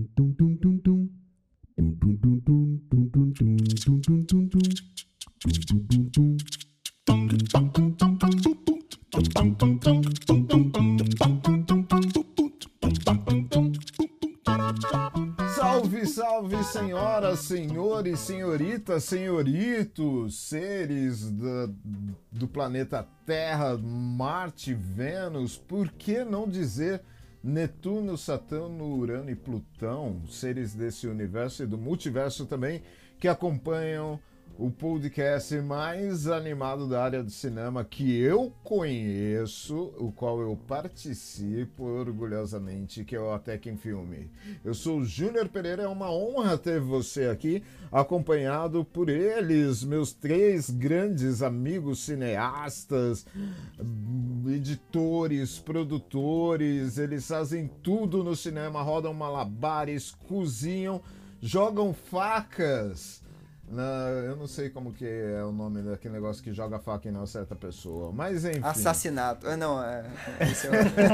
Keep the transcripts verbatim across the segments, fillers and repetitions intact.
Salve, salve, senhoras, senhores, senhoritas, senhoritos, seres da, do planeta Terra, Marte, Vênus, por que não dizer Netuno, Saturno, Urano e Plutão, seres desse universo e do multiverso também, que acompanham o podcast mais animado da área de cinema que eu conheço, o qual eu participo orgulhosamente, que é o Até Quem Filme. Eu sou o Júnior Pereira, é uma honra ter você aqui, acompanhado por eles, meus três grandes amigos cineastas, editores, produtores, eles fazem tudo no cinema, rodam malabares, cozinham, jogam facas. Não, eu não sei como que é o nome daquele negócio que joga faca em uma certa pessoa, mas enfim. Assassinato. Ah, não, é... Esse é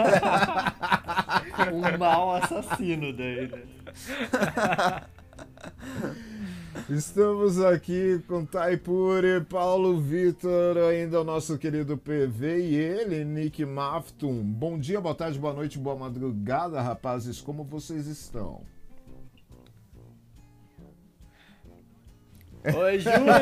o... o mau assassino dele. Estamos aqui com Taipuri, Paulo Vitor, ainda o nosso querido P V e ele, Nick Mafton. Bom dia, boa tarde, boa noite, boa madrugada, rapazes, como vocês estão? Oi, Júnior!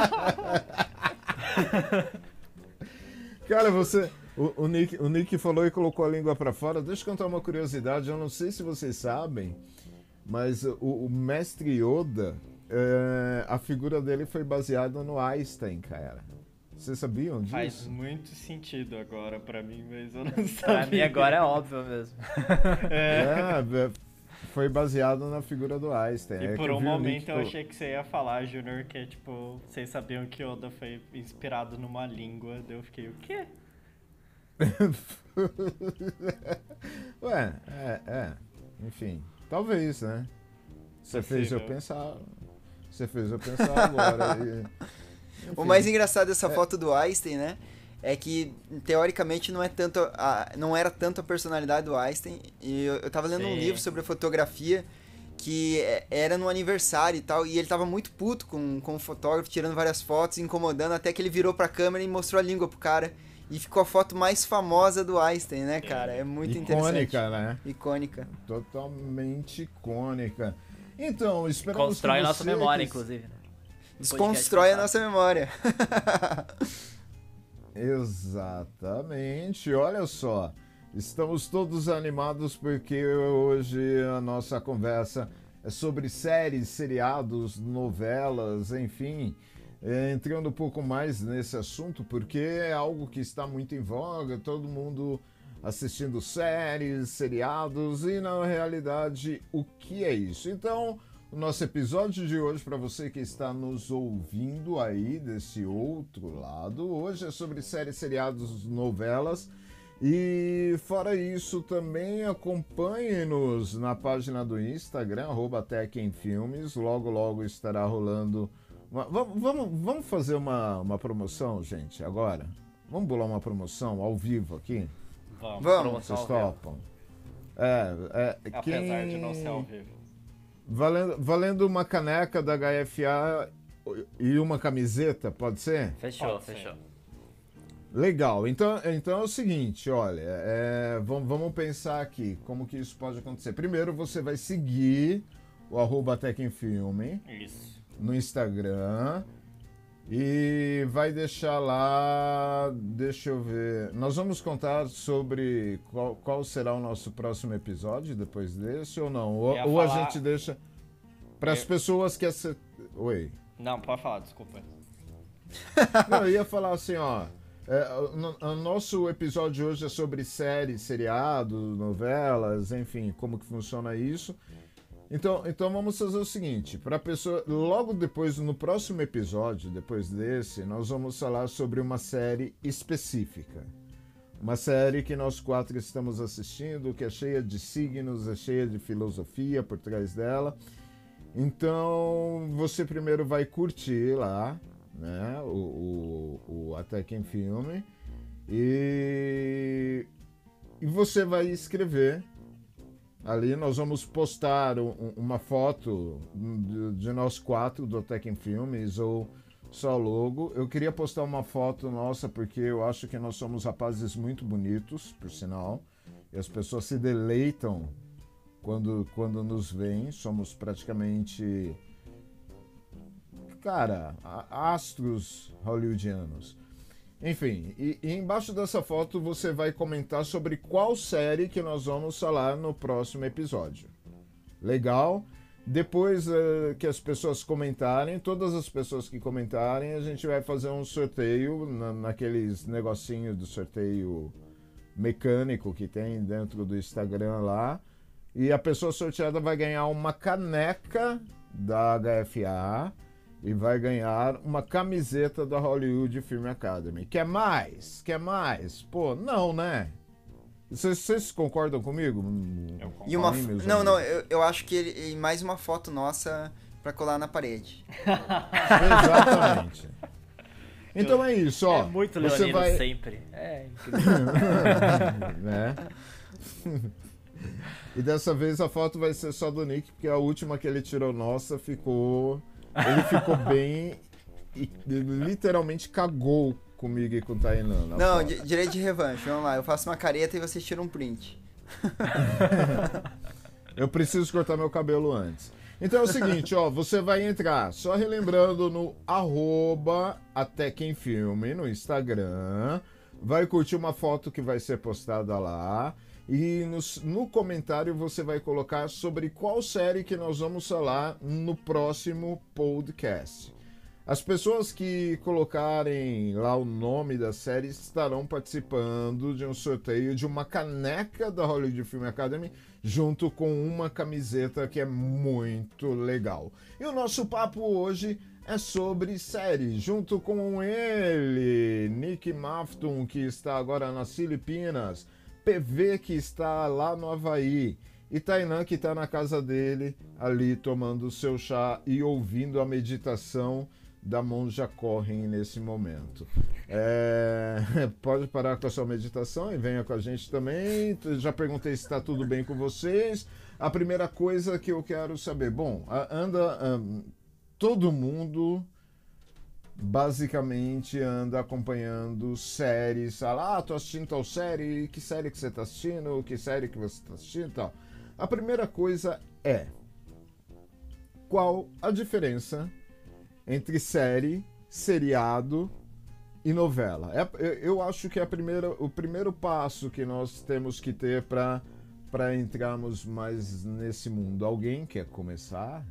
Cara, você... O, o, Nick, o Nick falou e colocou a língua pra fora. Deixa eu contar uma curiosidade. Eu não sei se vocês sabem, mas o, o mestre Yoda, é, a figura dele foi baseada no Einstein, cara. Vocês sabiam disso? Faz muito sentido agora pra mim, mas eu não sabia. Pra mim agora é óbvio mesmo. É, foi baseado na figura do Einstein. E é por eu um momento Nick... eu achei que você ia falar, Júnior, que tipo, vocês sabiam que Yoda foi inspirado numa língua, daí eu fiquei, o quê? Ué, é, é, enfim, talvez, né? Você fez eu pensar, você fez eu pensar agora. E, o mais engraçado dessa é... foto do Einstein, né? É que, teoricamente, não, é tanto a, não era tanto a personalidade do Einstein. E eu, eu tava lendo Sim. um livro sobre fotografia que era no aniversário e tal. E ele tava muito puto com, com o fotógrafo, tirando várias fotos, incomodando, até que ele virou pra câmera e mostrou a língua pro cara. E ficou a foto mais famosa do Einstein, né, cara? É muito icônica, interessante. Icônica, né? Icônica. Totalmente icônica. Então, esperamos Constrói que você... nossa memória, inclusive. Desconstrói a nossa memória. Exatamente, olha só, estamos todos animados porque hoje a nossa conversa é sobre séries, seriados, novelas, enfim, é, entrando um pouco mais nesse assunto porque é algo que está muito em voga, todo mundo assistindo séries, seriados e na realidade o que é isso? Então, o nosso episódio de hoje, para você que está nos ouvindo aí desse outro lado, hoje é sobre séries, seriados, novelas. E fora isso, também acompanhe-nos na página do Instagram, arroba Até Quem Filmes. Logo, logo estará rolando... Uma... Vamos, vamos, vamos fazer uma, uma promoção, gente, agora? Vamos bolar uma promoção ao vivo aqui? Vamos. Vamos. Vocês topam? É, é, Apesar quem... de não ser ao vivo. Valendo, valendo uma caneca da H F A e uma camiseta, pode ser? Fechou, pode fechou. Ser. Legal, então, então é o seguinte, olha, é, vamos, vamos pensar aqui, como que isso pode acontecer. Primeiro você vai seguir o arroba Até Quem Filme Isso. no Instagram e vai deixar lá, deixa eu ver, nós vamos contar sobre qual, qual será o nosso próximo episódio depois desse ou não, ou, ou falar... a gente deixa para as eu... pessoas que... Essa... Oi. Não, pode falar, desculpa. Não, eu ia falar assim, ó, é, o, o nosso episódio de hoje é sobre séries, seriados, novelas, enfim, como que funciona isso. Então, então vamos fazer o seguinte, para a pessoa, logo depois, no próximo episódio, depois desse, nós vamos falar sobre uma série específica. Uma série que nós quatro estamos assistindo, que é cheia de signos, é cheia de filosofia por trás dela. Então, você primeiro vai curtir lá, né, o, o, o Até Quem Filme, e, e você vai escrever Ali nós vamos postar um, uma foto de, de nós quatro do Tech Filmes ou só logo. Eu queria postar uma foto nossa porque eu acho que nós somos rapazes muito bonitos, por sinal. E as pessoas se deleitam quando, quando nos veem. Somos praticamente, cara, astros hollywoodianos. Enfim, e, e embaixo dessa foto você vai comentar sobre qual série que nós vamos falar no próximo episódio. Legal? Depois uh, que as pessoas comentarem, todas as pessoas que comentarem, a gente vai fazer um sorteio na, naqueles negocinhos do sorteio mecânico que tem dentro do Instagram lá. E a pessoa sorteada vai ganhar uma caneca da H F A e vai ganhar uma camiseta da Hollywood Film Academy. Quer mais? Quer mais? Pô, não, né? Vocês, vocês concordam comigo? Eu concordo. E uma, Aí, meus não, não, amigos. eu, eu acho que ele, e mais uma foto nossa pra colar na parede. Exatamente. Então é isso, ó. É muito você leonino vai... sempre. É incrível. né? E dessa vez a foto vai ser só do Nick, porque a última que ele tirou nossa ficou... Ele ficou bem e literalmente cagou comigo e com o Tainan. na Não, foto. di- direito de revanche, vamos lá, eu faço uma careta e você tira um print. Eu preciso cortar meu cabelo antes. Então é o seguinte, ó, você vai entrar, só relembrando, no arroba Até Quem Filme no Instagram, vai curtir uma foto que vai ser postada lá e no, no comentário você vai colocar sobre qual série que nós vamos falar no próximo podcast. As pessoas que colocarem lá o nome da série estarão participando de um sorteio de uma caneca da Hollywood Film Academy junto com uma camiseta que é muito legal. E o nosso papo hoje é sobre séries, junto com ele, Nick Mafton, que está agora nas Filipinas, P V, que está lá no Havaí, e Tainan, que está na casa dele, ali tomando seu chá e ouvindo a meditação da Monja Corren nesse momento. É, pode parar com a sua meditação e venha com a gente também. Já perguntei se está tudo bem com vocês. A primeira coisa que eu quero saber, bom, anda, um, todo mundo basicamente anda acompanhando séries, fala, ah, tô assistindo tal série, que série que você tá assistindo, que série que você tá assistindo e tal. A primeira coisa é, qual a diferença entre série, seriado e novela? É, eu, eu acho que é a primeira, o primeiro passo que nós temos que ter para para entrarmos mais nesse mundo. Alguém quer começar?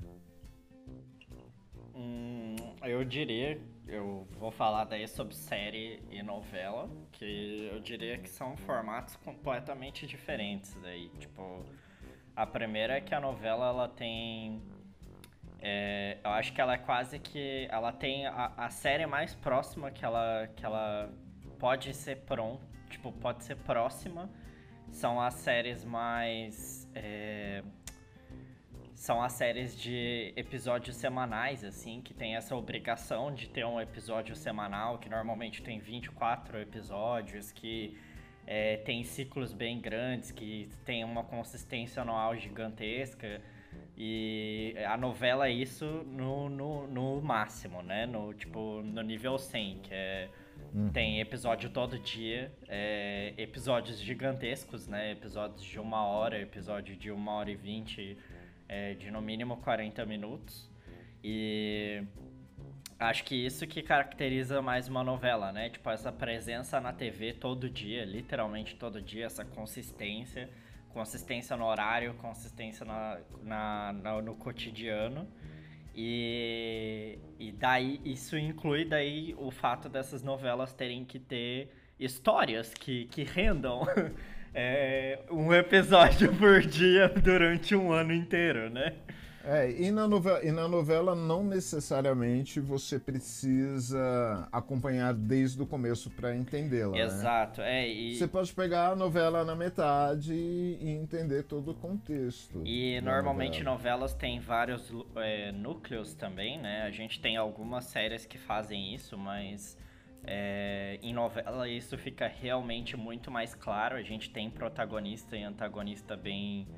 Hum, eu diria, eu vou falar daí sobre série e novela, que eu diria que são formatos completamente diferentes daí. Tipo, a primeira é que a novela, ela tem... É, eu acho que ela é quase que... Ela tem a, a série mais próxima que ela, que ela pode ser pronta, tipo, pode ser próxima. São as séries mais... É, são as séries de episódios semanais, assim, que tem essa obrigação de ter um episódio semanal, que normalmente tem vinte e quatro episódios, que é, tem ciclos bem grandes, que tem uma consistência anual gigantesca. E a novela é isso no, no, no máximo, né? No, tipo, no nível cem, que é... Uhum. Tem episódio todo dia, é, episódios gigantescos, né? Episódios de uma hora, episódio de uma hora e vinte, é, de no mínimo quarenta minutos. E acho que isso que caracteriza mais uma novela, né? Tipo, essa presença na T V todo dia, literalmente todo dia, essa consistência. Consistência no horário, consistência na, na, na, no cotidiano. E, e daí isso inclui daí o fato dessas novelas terem que ter histórias que, que rendam é, um episódio por dia durante um ano inteiro, né? É, e na, novela, e na novela não necessariamente você precisa acompanhar desde o começo para entendê-la. Exato, né? é. E... Você pode pegar a novela na metade e entender todo o contexto. E normalmente novela. novelas têm vários é, núcleos também, né? A gente tem algumas séries que fazem isso, mas é, em novela isso fica realmente muito mais claro. A gente tem protagonista e antagonista bem...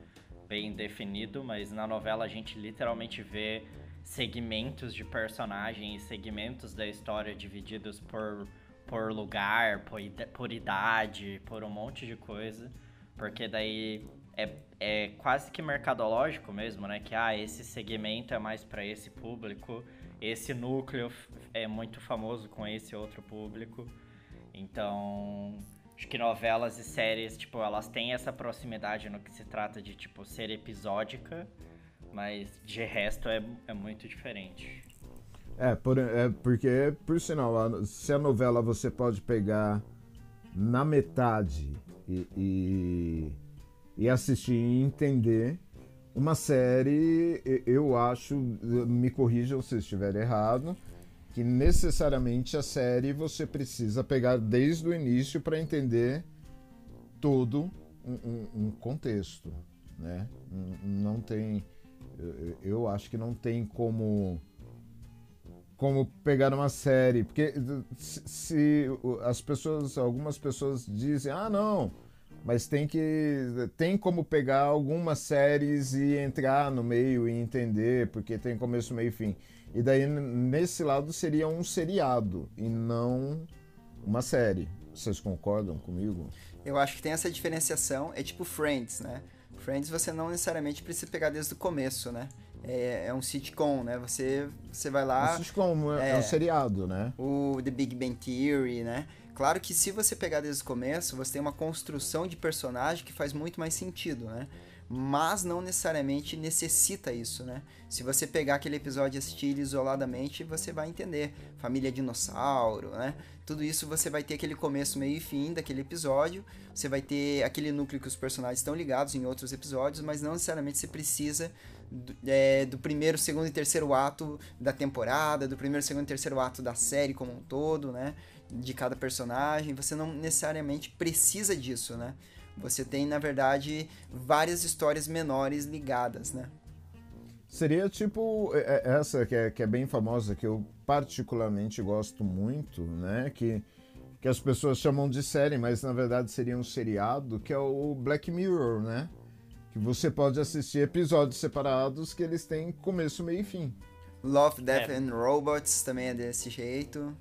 bem definido, mas na novela a gente literalmente vê segmentos de personagem e segmentos da história divididos por, por lugar, por, ida- por idade, por um monte de coisa, porque daí é, é quase que mercadológico mesmo, né? Que ah, esse segmento é mais para esse público, esse núcleo f- é muito famoso com esse outro público. Então, acho que novelas e séries, tipo, elas têm essa proximidade no que se trata de, tipo, ser episódica, mas de resto é, é muito diferente. É, por, é porque, por sinal, a- se a novela você pode pegar na metade e, e, e assistir e entender, uma série, e- eu acho, me corrijam se eu estiver errado, que necessariamente a série você precisa pegar desde o início para entender todo um, um- um contexto, né? N- Não tem, eu, eu acho que não tem como como pegar uma série, porque se, se o- as pessoas, algumas pessoas dizem, ah, não, mas tem que tem como pegar algumas séries e entrar no meio e entender, porque tem começo, meio e fim. E daí n- nesse lado seria um seriado e não uma série. Vocês concordam comigo? Eu acho que tem essa diferenciação, é tipo Friends, né? Friends você não necessariamente precisa pegar desde o começo, né? É, é um sitcom, né? Você, você vai lá... Um sitcom é, é um é. seriado, né? O The Big Bang Theory, né? Claro que se você pegar desde o começo, você tem uma construção de personagem que faz muito mais sentido, né? Mas não necessariamente necessita isso, né? Se você pegar aquele episódio e assistir ele isoladamente, você vai entender. Família dinossauro, né? Tudo isso você vai ter aquele começo, meio e fim daquele episódio. Você vai ter aquele núcleo que os personagens estão ligados em outros episódios, mas não necessariamente você precisa do, é, do primeiro, segundo e terceiro ato da temporada, do primeiro, segundo e terceiro ato da série como um todo, né? De cada personagem. Você não necessariamente precisa disso, né? Você tem, na verdade, várias histórias menores ligadas, né? Seria tipo é- é- essa que é, que é bem famosa, que eu particularmente gosto muito, né? Que, que as pessoas chamam de série, mas na verdade seria um seriado, que é o Black Mirror, né? Que você pode assistir episódios separados que eles têm começo, meio e fim. Love, Death É. and Robots também é desse jeito.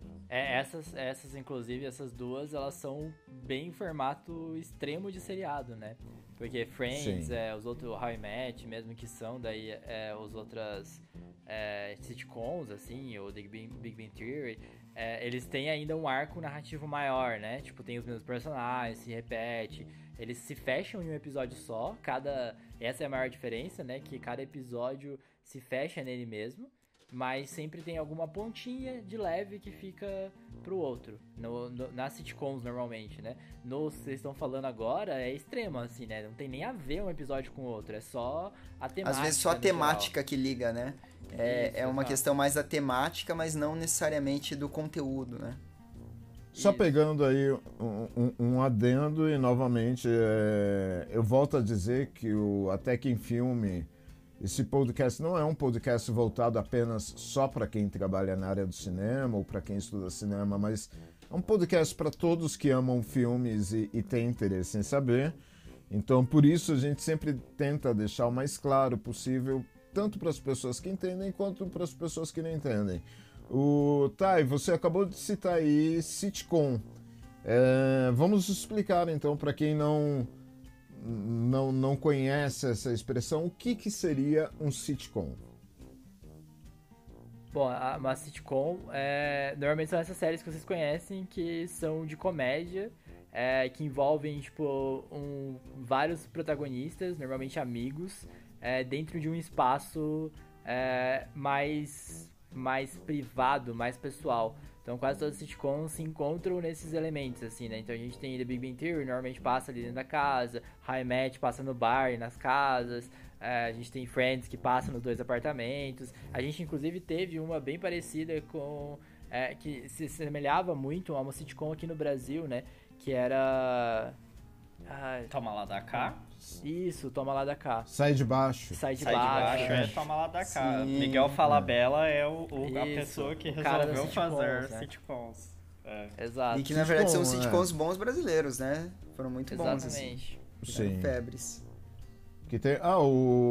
É, essas, essas, inclusive, essas duas, elas são bem em formato extremo de seriado, né? Porque Friends, Sim. é, os outros How I Met, mesmo que são daí é, os outras é, sitcoms, assim, o Big Bang, Big Bang Theory, é, eles têm ainda um arco narrativo maior, né? Tipo, tem os mesmos personagens, se repete, eles se fecham em um episódio só, cada... Essa é a maior diferença, né? Que cada episódio se fecha nele mesmo, mas sempre tem alguma pontinha de leve que fica pro outro. No, no, nas sitcoms, normalmente, né? No que vocês estão falando agora, é extremo, assim, né? Não tem nem a ver um episódio com o outro, é só a temática. Às vezes só a no temática que liga, né? É, Isso, é uma exato. questão mais da temática, mas não necessariamente do conteúdo, né? Só Isso. pegando aí um, um- um adendo e novamente é, eu volto a dizer que o Até Que em Filme, esse podcast não é um podcast voltado apenas só para quem trabalha na área do cinema ou para quem estuda cinema, mas é um podcast para todos que amam filmes e, e têm interesse em saber. Então, por isso, a gente sempre tenta deixar o mais claro possível, tanto para as pessoas que entendem quanto para as pessoas que não entendem. O Thay, você acabou de citar aí sitcom. É, vamos explicar então para quem não, não não conhece essa expressão, o que, que seria um sitcom? Bom, a- uma sitcom, é, normalmente são essas séries que vocês conhecem, que são de comédia, é, que envolvem, tipo, um, vários protagonistas, normalmente amigos, é, dentro de um espaço é, mais, mais privado, mais pessoal. Então quase todas as sitcoms se encontram nesses elementos, assim, né? Então a gente tem The Big Bang Theory, normalmente passa ali dentro da casa, How I Met passa no bar e nas casas, é, a gente tem Friends que passa nos dois apartamentos, a gente inclusive teve uma bem parecida com... é, que se semelhava muito a uma sitcom aqui no Brasil, né? Que era... Ai, Toma lá da cá. isso, Toma Lá da Cá. Sai de baixo. Sai de Sai de baixo. baixo é toma lá da cá. Sim. Miguel Falabella é o, o- a Isso, pessoa que o cara das resolveu sitcoms, fazer né? sitcoms. É. Exato. E que na verdade são Sitcom, é. sitcoms bons brasileiros, né? Foram muito bons, assim. Exatamente. Fizeram Sim. febres. Que tem. Ah,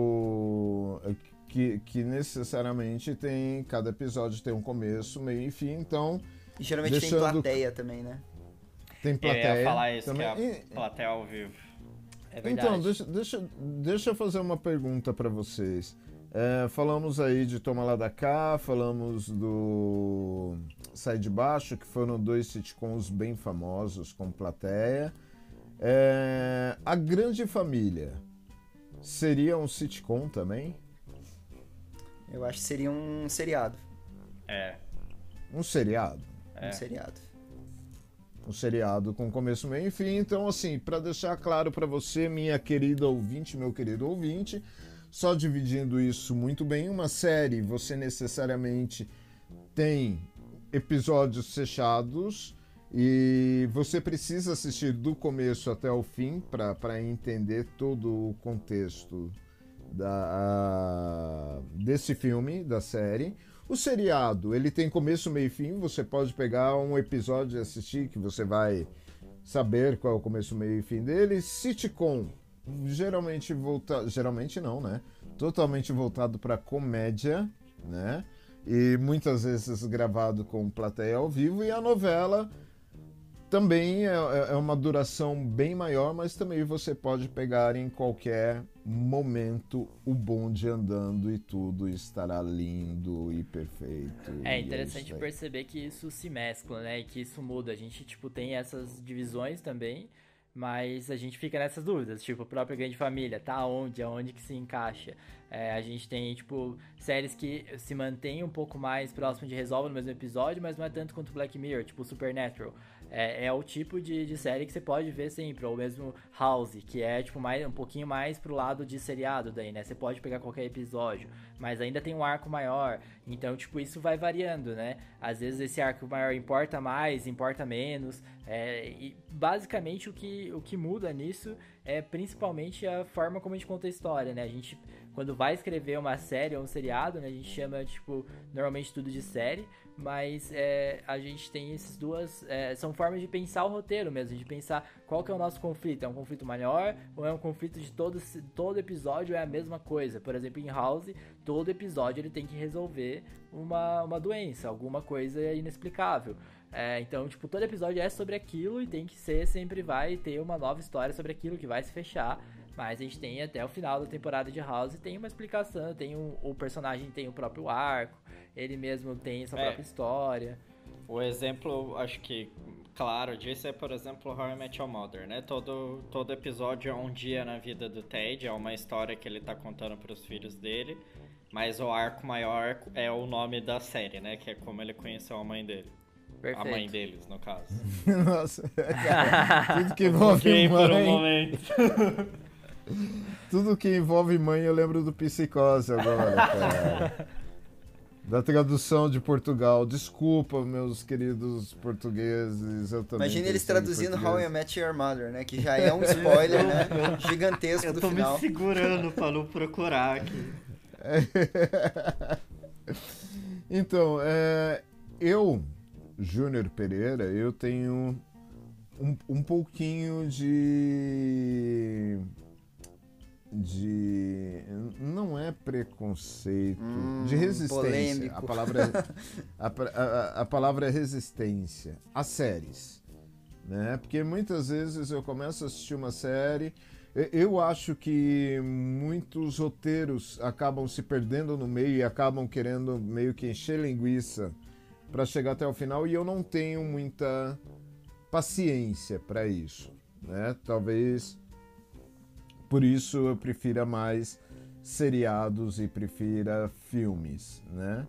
o. Que, que necessariamente tem. Cada episódio tem um começo, meio e fim, então. E geralmente deixando... tem plateia também, né? Tem plateia. Eu ia falar isso, também. que é a plateia ao vivo. É verdade. Então, deixa, deixa, deixa eu fazer uma pergunta para vocês. É, falamos aí de Toma Lá da Cá, falamos do Sai de Baixo, que foram dois sitcoms bem famosos com plateia. É, a Grande Família seria um sitcom também? Eu acho que seria um seriado. É. Um seriado? É. Um seriado. Um seriado com começo, meio e fim. Então, assim, para deixar claro para você, minha querida ouvinte, meu querido ouvinte, só dividindo isso muito bem, uma série você necessariamente tem episódios fechados e você precisa assistir do começo até o fim para entender todo o contexto da, a, desse filme, da série. O seriado, ele tem começo, meio e fim, você pode pegar um episódio e assistir que você vai saber qual é o começo, meio e fim dele. Sitcom, geralmente voltado, geralmente não, né? Totalmente voltado para comédia, né? E muitas vezes gravado com plateia ao vivo. E a novela também é, é uma duração bem maior, mas também você pode pegar em qualquer momento o bonde andando e tudo estará lindo e perfeito. É e interessante é perceber que isso se mescla, né? E que isso muda. A gente, tipo, tem essas divisões também, mas a gente fica nessas dúvidas. Tipo, a própria Grande Família, tá onde? Aonde que se encaixa? É, a gente tem, tipo, séries que se mantêm um pouco mais próximo de resolve no mesmo episódio, mas não é tanto quanto Black Mirror, tipo Supernatural. É, é o tipo de, de série que você pode ver sempre, ou mesmo House, que é tipo mais, um pouquinho mais pro lado de seriado daí, né? Você pode pegar qualquer episódio, mas ainda tem um arco maior, então tipo, isso vai variando, né? Às vezes esse arco maior importa mais, importa menos, é, e basicamente o que, o que muda nisso é principalmente a forma como a gente conta a história, né? A gente, quando vai escrever uma série ou um seriado, né? A gente chama, tipo, normalmente tudo de série, mas é, a gente tem essas duas, é, são formas de pensar o roteiro mesmo, de pensar qual que é o nosso conflito, é um conflito maior ou é um conflito de todo, todo episódio é a mesma coisa. Por exemplo, em House, todo episódio ele tem que resolver uma, uma doença, alguma coisa inexplicável. É, então, tipo, todo episódio é sobre aquilo e tem que ser, sempre vai ter uma nova história sobre aquilo que vai se fechar. Mas a gente tem até o final da temporada de House, tem uma explicação, tem um, o personagem tem o próprio arco, ele mesmo tem sua é, própria história. O exemplo, acho que claro disso é, por exemplo, How I Met Your Mother, né? Todo, todo episódio é um dia na vida do Ted, é uma história que ele tá contando pros filhos dele, mas o arco maior é o nome da série, né? Que é como ele conheceu a mãe dele. Perfeito. A mãe deles, no caso. Nossa, cara, tudo que envolve mãe... por um momento. Tudo que envolve mãe, eu lembro do Psicose agora, cara. Da tradução de Portugal. Desculpa, meus queridos portugueses. Eu também Imagina eles traduzindo How I Met Your Mother, né? Que já é um spoiler, né? Gigantesco do final. Eu tô me segurando pra não procurar aqui. Então, é, eu, Júnior Pereira, eu tenho um, um pouquinho de... de não é preconceito, hum, de resistência. Polêmico. A palavra a, a, a palavra é resistência às séries, né? Porque muitas vezes eu começo a assistir uma série, eu acho que muitos roteiros acabam se perdendo no meio e acabam querendo meio que encher linguiça para chegar até o final, e eu não tenho muita paciência para isso, né? Talvez por isso eu prefira mais seriados e prefira filmes, né?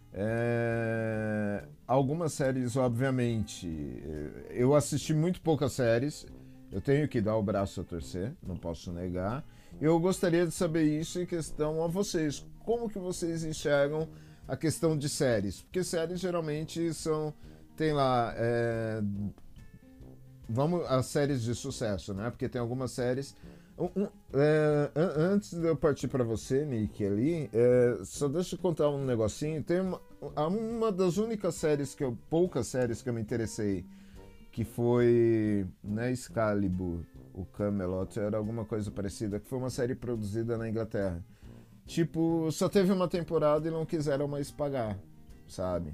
É... Algumas séries, obviamente, eu assisti muito poucas séries, eu tenho que dar o braço a torcer, não posso negar. Eu gostaria de saber isso em questão a vocês. Como que vocês enxergam a questão de séries? Porque séries geralmente são... Tem lá... É... Vamos às séries de sucesso, né? Porque tem algumas séries... Um, um, é, antes de eu partir para você, Nick, ali, é, só deixa eu contar um negocinho. Tem uma, uma das únicas séries que eu, poucas séries que eu me interessei, que foi, né, Excalibur, o Camelot, era alguma coisa parecida, que foi uma série produzida na Inglaterra. Tipo, só teve uma temporada e não quiseram mais pagar, sabe?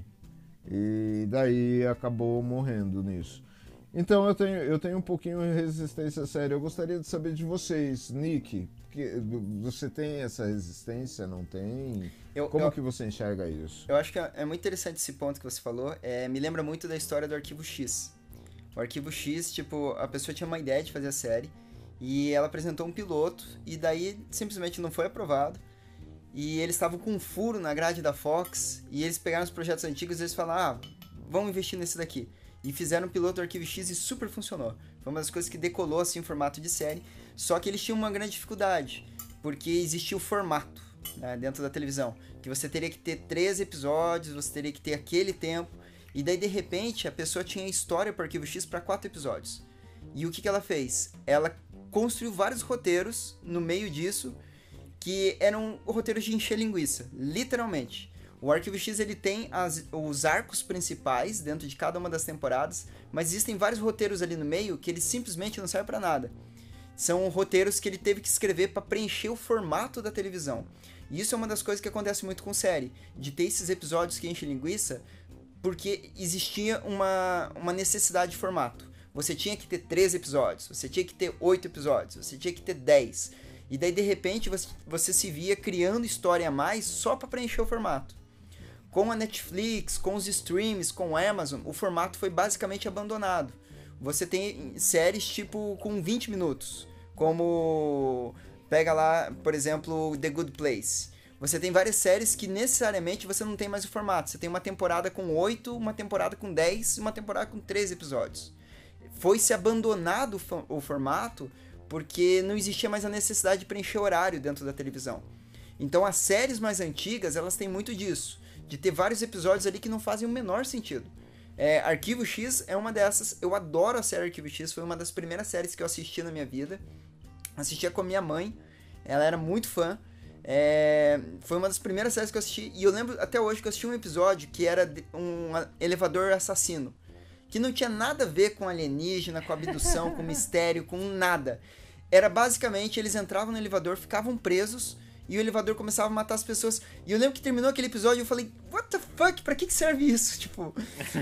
E daí acabou morrendo nisso. Então eu tenho, eu tenho um pouquinho de resistência séria. Eu gostaria de saber de vocês, Nick, que, você tem essa resistência, não tem? Eu, Como eu, que você enxerga isso? Eu acho que é, é muito interessante esse ponto que você falou. É, me lembra muito da história do Arquivo X. O Arquivo X, tipo, a pessoa tinha uma ideia de fazer a série e ela apresentou um piloto e daí simplesmente não foi aprovado. E eles estavam com um furo na grade da Fox e eles pegaram os projetos antigos e eles falaram, ah, vamos investir nesse daqui. E fizeram um piloto do Arquivo X e super funcionou. Foi uma das coisas que decolou assim o formato de série. Só que eles tinham uma grande dificuldade, porque existia o formato, né, dentro da televisão. Que você teria que ter três episódios, você teria que ter aquele tempo. E daí, de repente, a pessoa tinha história para o Arquivo X para quatro episódios. E o que, que ela fez? Ela construiu vários roteiros no meio disso, que eram roteiros de encher linguiça, literalmente. O Arquivo X ele tem as, os arcos principais dentro de cada uma das temporadas, mas existem vários roteiros ali no meio que ele simplesmente não serve para nada. São roteiros que ele teve que escrever para preencher o formato da televisão. E isso é uma das coisas que acontece muito com série, de ter esses episódios que enchem linguiça, porque existia uma, uma necessidade de formato. Você tinha que ter três episódios, você tinha que ter oito episódios, você tinha que ter dez. E daí, de repente, você, você se via criando história a mais só para preencher o formato. Com a Netflix, com os streams, com a Amazon, o formato foi basicamente abandonado. Você tem séries tipo com vinte minutos, como pega lá, por exemplo, The Good Place. Você tem várias séries que necessariamente você não tem mais o formato. Você tem uma temporada com oito, uma temporada com dez e uma temporada com treze episódios. Foi-se abandonado o formato porque não existia mais a necessidade de preencher horário dentro da televisão. Então as séries mais antigas, elas têm muito disso, de ter vários episódios ali que não fazem o menor sentido. É, Arquivo X é uma dessas. Eu adoro a série Arquivo X, foi uma das primeiras séries que eu assisti na minha vida. Assistia com a minha mãe, ela era muito fã. É, foi uma das primeiras séries que eu assisti. E eu lembro até hoje que eu assisti um episódio que era um elevador assassino, que não tinha nada a ver com alienígena, com abdução, com mistério, com nada. Era basicamente, eles entravam no elevador, ficavam presos, e o elevador começava a matar as pessoas. E eu lembro que terminou aquele episódio e eu falei, what the fuck, pra que, que serve isso? Tipo,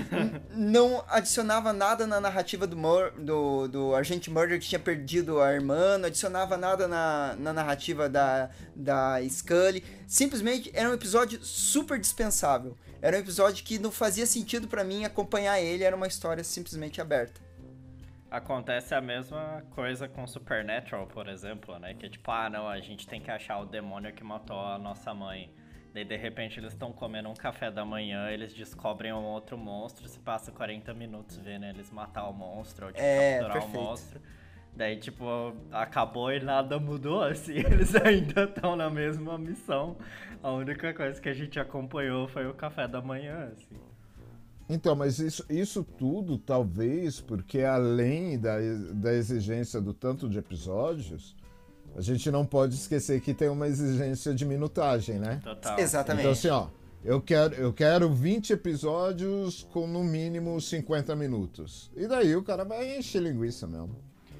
não adicionava nada na narrativa do, Mur do, do Agente Murder que tinha perdido a irmã, não adicionava nada na, na narrativa da, da Scully. Simplesmente era um episódio super dispensável. Era um episódio que não fazia sentido pra mim acompanhar ele, era uma história simplesmente aberta. Acontece a mesma coisa com Supernatural, por exemplo, né? Que é tipo, ah, não, a gente tem que achar o demônio que matou a nossa mãe. Daí, de repente, eles estão comendo um café da manhã, eles descobrem um outro monstro, se passa quarenta minutos vendo eles matar o monstro, ou tipo, é, capturar perfeito. o monstro. Daí, tipo, acabou e nada mudou, assim, eles ainda estão na mesma missão. A única coisa que a gente acompanhou foi o café da manhã, assim. Então, mas isso, isso tudo, talvez, porque além da, da exigência do tanto de episódios, a gente não pode esquecer que tem uma exigência de minutagem, né? Total. Exatamente. Então, assim, ó, eu quero, eu quero vinte episódios com no mínimo cinquenta minutos. E daí o cara vai encher linguiça mesmo.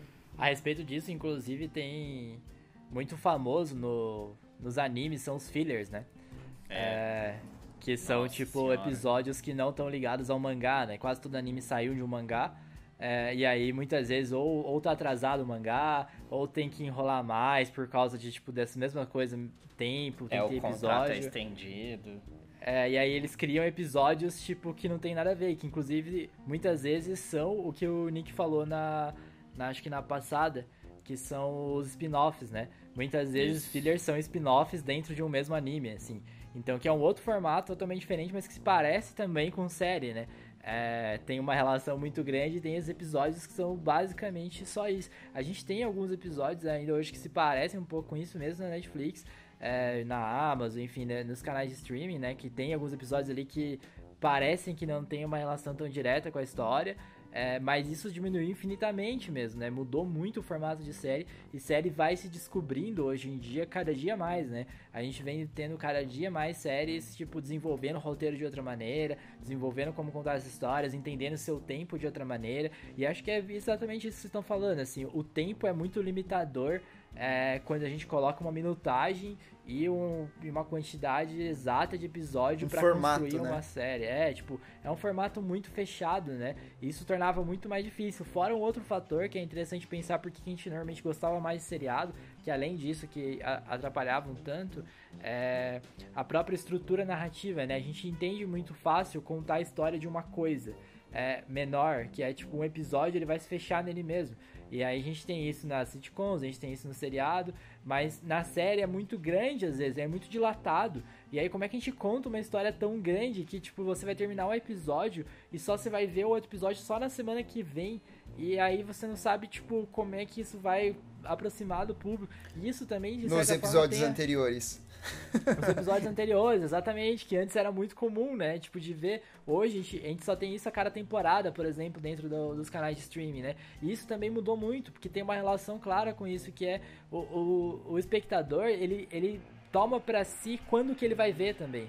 A respeito disso, inclusive, tem muito famoso no, nos animes, são os fillers, né? É. É, que são, Nossa tipo, senhora. episódios que não estão ligados ao mangá, né? Quase todo anime saiu de um mangá. É, e aí, muitas vezes, ou, ou tá atrasado o mangá, ou tem que enrolar mais por causa de, tipo, dessa mesma coisa, tempo, tem É, que ter o contrato é episódio. estendido. É, e aí eles criam episódios, tipo, que não tem nada a ver, que inclusive, muitas vezes são o que o Nick falou na, na acho que na passada, que são os spin-offs, né? Muitas vezes os fillers são spin-offs dentro de um mesmo anime, assim. Então, que é um outro formato totalmente diferente, mas que se parece também com série, né? É, tem uma relação muito grande e tem os episódios que são basicamente só isso. A gente tem alguns episódios ainda hoje que se parecem um pouco com isso mesmo na Netflix, é, na Amazon, enfim, né, nos canais de streaming, né? Que tem alguns episódios ali que parecem que não tem uma relação tão direta com a história. É, mas isso diminuiu infinitamente mesmo, né? Mudou muito o formato de série, e série vai se descobrindo hoje em dia, cada dia mais, né? A gente vem tendo cada dia mais séries, tipo, desenvolvendo o roteiro de outra maneira, desenvolvendo como contar as histórias, entendendo seu tempo de outra maneira, e acho que é exatamente isso que vocês estão falando, assim, o tempo é muito limitador. É, quando a gente coloca uma minutagem e, um, e uma quantidade exata de episódio um para construir uma, né, série. É, tipo, é um formato muito fechado, né? E isso tornava muito mais difícil. Fora um outro fator que é interessante pensar porque a gente normalmente gostava mais de seriado, que além disso que atrapalhava um tanto, é a própria estrutura narrativa, né? A gente entende muito fácil contar a história de uma coisa é, menor, que é tipo um episódio, ele vai se fechar nele mesmo. E aí a gente tem isso nas sitcoms, a gente tem isso no seriado, mas na série é muito grande às vezes, é muito dilatado. E aí como é que a gente conta uma história tão grande que tipo você vai terminar um episódio e só você vai ver o outro episódio só na semana que vem, e aí você não sabe tipo como é que isso vai aproximar do público. E isso também de nos episódios forma, anteriores. Os episódios anteriores, exatamente, que antes era muito comum, né, tipo, de ver. Hoje a gente, a gente só tem isso a cada temporada, por exemplo, dentro do, dos canais de streaming, né, e isso também mudou muito, porque tem uma relação clara com isso, que é o, o, o espectador, ele, ele toma pra si quando que ele vai ver também.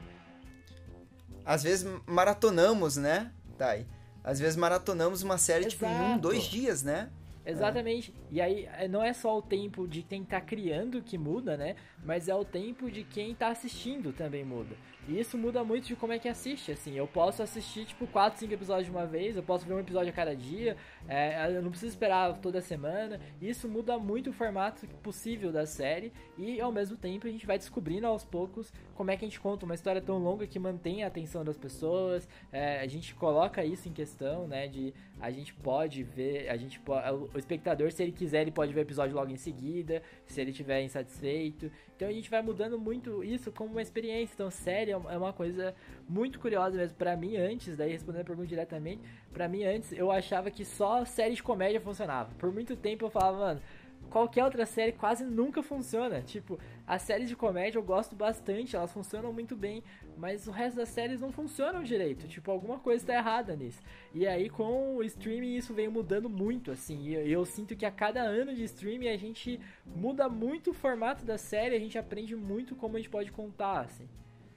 Às vezes maratonamos, né, Thay? Às vezes maratonamos uma série, Exato. tipo, em um, dois dias, né? Exatamente. É. E aí não é só o tempo de quem tá criando que muda, né? Mas é o tempo de quem tá assistindo também muda. E isso muda muito de como é que assiste, assim. Eu posso assistir, tipo, quatro, cinco episódios de uma vez, eu posso ver um episódio a cada dia, é, eu não preciso esperar toda semana. Isso muda muito o formato possível da série e, ao mesmo tempo, a gente vai descobrindo aos poucos como é que a gente conta uma história tão longa que mantém a atenção das pessoas. É, a gente coloca isso em questão, né, de a gente pode ver, a gente pode, o espectador, se ele quiser, ele pode ver o episódio logo em seguida, se ele estiver insatisfeito. Então a gente vai mudando muito isso como uma experiência. Então, série é uma coisa muito curiosa mesmo. Pra mim, antes, daí respondendo a pergunta diretamente, pra mim, antes, eu achava que só série de comédia funcionava. Por muito tempo eu falava, mano, qualquer outra série quase nunca funciona. Tipo, as séries de comédia eu gosto bastante, elas funcionam muito bem, mas o resto das séries não funcionam direito. Tipo, alguma coisa está errada nisso. E aí, com o streaming, isso veio mudando muito, assim. E eu, eu sinto que a cada ano de streaming a gente muda muito o formato da série, a gente aprende muito como a gente pode contar, assim.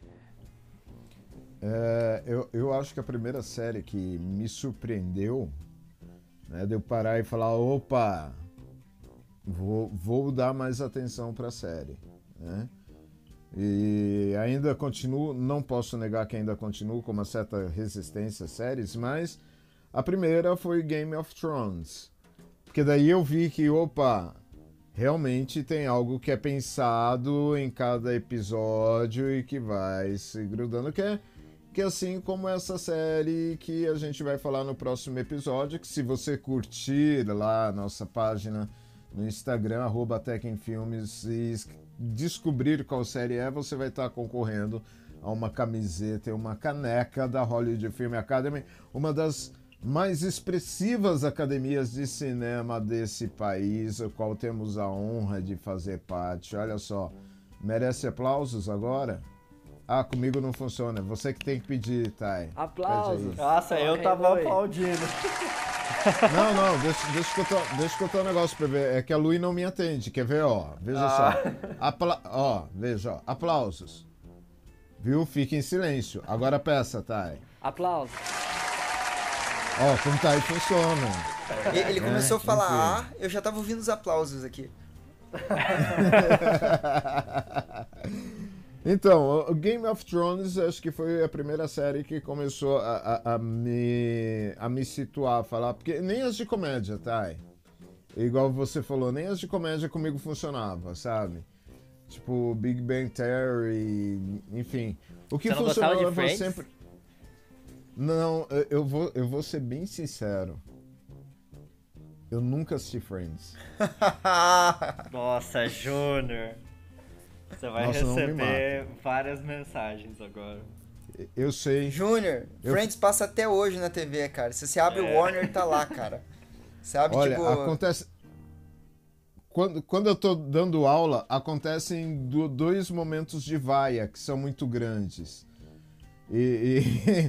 É, eu, eu acho que a primeira série que me surpreendeu, né, de eu parar e falar, opa, vou, vou dar mais atenção para a série, né? E ainda continuo, não posso negar que ainda continuo com uma certa resistência a séries, mas a primeira foi Game of Thrones, porque daí eu vi que, opa, realmente tem algo que é pensado em cada episódio e que vai se grudando, que é que assim como essa série que a gente vai falar no próximo episódio, que se você curtir lá a nossa página no Instagram, arroba Tecnfilmes, e descobrir qual série é, você vai estar concorrendo a uma camiseta e uma caneca da Hollywood Film Academy, uma das mais expressivas academias de cinema desse país, o qual temos a honra de fazer parte. Olha só, merece aplausos agora? Ah, comigo não funciona. Você que tem que pedir, Thay. Aplausos. Nossa, eu tava aplaudindo. Não, não, deixa, deixa, eu contar, deixa eu contar um negócio pra ver. É que a Lui não me atende. Quer ver, ó? Veja ah. só. Apla... Ó, veja, ó. Aplausos. Viu? Fica em silêncio. Agora peça, Thay. Aplausos. Ó, como Thay funciona. Ele, ele começou é, a falar ah, eu já tava ouvindo os aplausos aqui. Então, o Game of Thrones acho que foi a primeira série que começou a, a, a, me, a me situar, a falar, porque nem as de comédia, tá? Igual você falou, nem as de comédia comigo funcionava, sabe? Tipo, Big Bang Theory, enfim. O que você não funcionava gostava de Friends? sempre... Não, eu vou, eu vou ser bem sincero. Eu nunca assisti Friends. Nossa, Júnior. Você vai Nossa, receber várias mensagens agora. Eu sei. Júnior, eu... Friends passa até hoje na T V, cara. Se você abre é. o Warner, tá lá, cara. Sabe, Olha, tipo... acontece... Quando, quando eu tô dando aula, acontecem do, dois momentos de vaia que são muito grandes. E... e...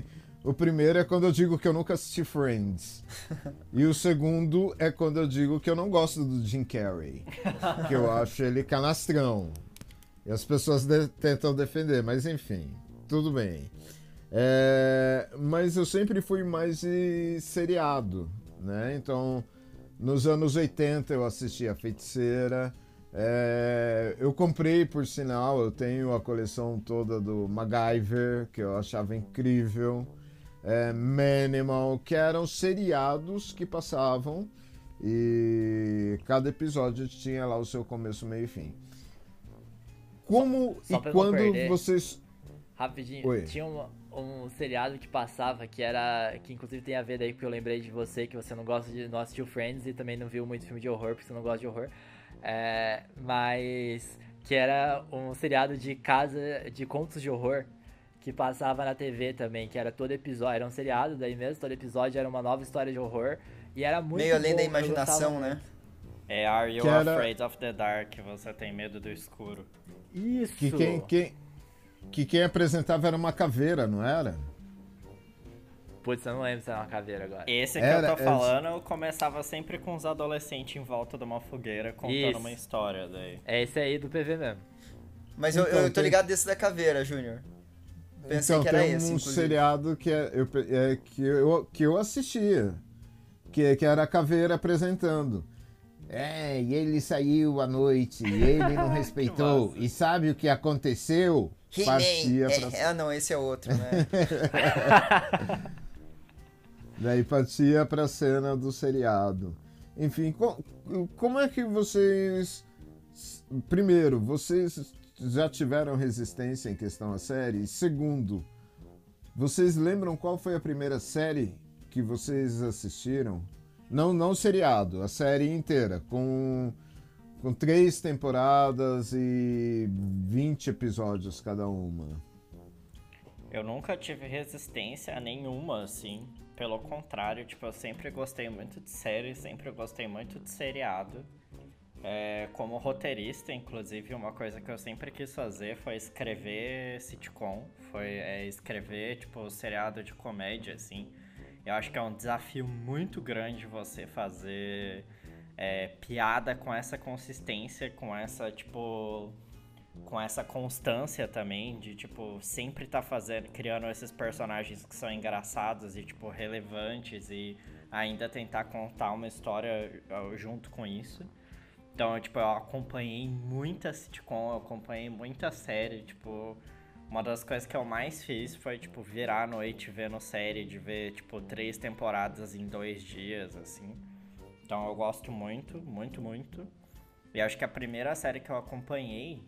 O primeiro é quando eu digo que eu nunca assisti Friends. E o segundo é quando eu digo que eu não gosto do Jim Carrey. Que eu acho ele canastrão. E as pessoas de- tentam defender, mas enfim, tudo bem. É, mas eu sempre fui mais de seriado, né? Então, nos anos oitenta eu assisti A Feiticeira. É, eu comprei, por sinal, eu tenho a coleção toda do MacGyver, que eu achava incrível. É, Manimal, que eram seriados que passavam e cada episódio tinha lá o seu começo, meio e fim. Como Só e pra eu não quando perder. vocês... Rapidinho, Oi. tinha um, um seriado que passava que era. Que inclusive tem a ver daí porque eu lembrei de você, que você não gosta de. Não assistiu Friends e também não viu muito filme de horror, porque você não gosta de horror. É, mas. Que era um seriado de casa. De contos de horror. Que passava na T V também, que era todo episódio. Era um seriado daí mesmo, todo episódio era uma nova história de horror. E era muito Meio além bom, da eu imaginação, gostava né? É Are You Que era- Afraid of the Dark? Você tem medo do escuro. muito. Isso! Que quem, quem, que quem apresentava era uma caveira, não era? Putz, eu não lembro se era uma caveira agora. Esse que Era- eu tô era- falando começava sempre com os adolescentes em volta de uma fogueira contando Isso. uma história daí. É esse aí do P V mesmo. Mas eu, Então, eu tô tem- ligado desse da caveira, Júnior. Pensei Então, que era tem esse, um inclusive. seriado que, é, eu, é, que, eu, que eu assistia, que, que era a caveira apresentando. É, e ele saiu à noite, e ele não respeitou, massa. e sabe o que aconteceu? Partia He-Man. pra... É, ah, não, esse é outro, né? Daí partia pra cena do seriado. Enfim, co- como é que vocês... Primeiro, vocês já tiveram resistência em questão à série? Segundo, vocês lembram qual foi a primeira série que vocês assistiram? Não, não o seriado, a série inteira, com, com três temporadas e vinte episódios cada uma. Eu nunca tive resistência a nenhuma, assim. Pelo contrário, tipo, eu sempre gostei muito de série, sempre gostei muito de seriado. É, como roteirista, inclusive, uma coisa que eu sempre quis fazer foi escrever sitcom. Foi é, escrever, tipo, seriado de comédia, assim. Eu acho que é um desafio muito grande você fazer é, piada com essa consistência, com essa, tipo... com essa constância também de, tipo, sempre tá fazendo, criando esses personagens que são engraçados e, tipo, relevantes e ainda tentar contar uma história uh, junto com isso. Então, eu, tipo, eu acompanhei muita sitcom, eu acompanhei muita série, tipo... Uma das coisas que eu mais fiz foi, tipo, virar à noite vendo série, de ver, tipo, três temporadas em dois dias, assim. Então, eu gosto muito, muito, muito. E acho que a primeira série que eu acompanhei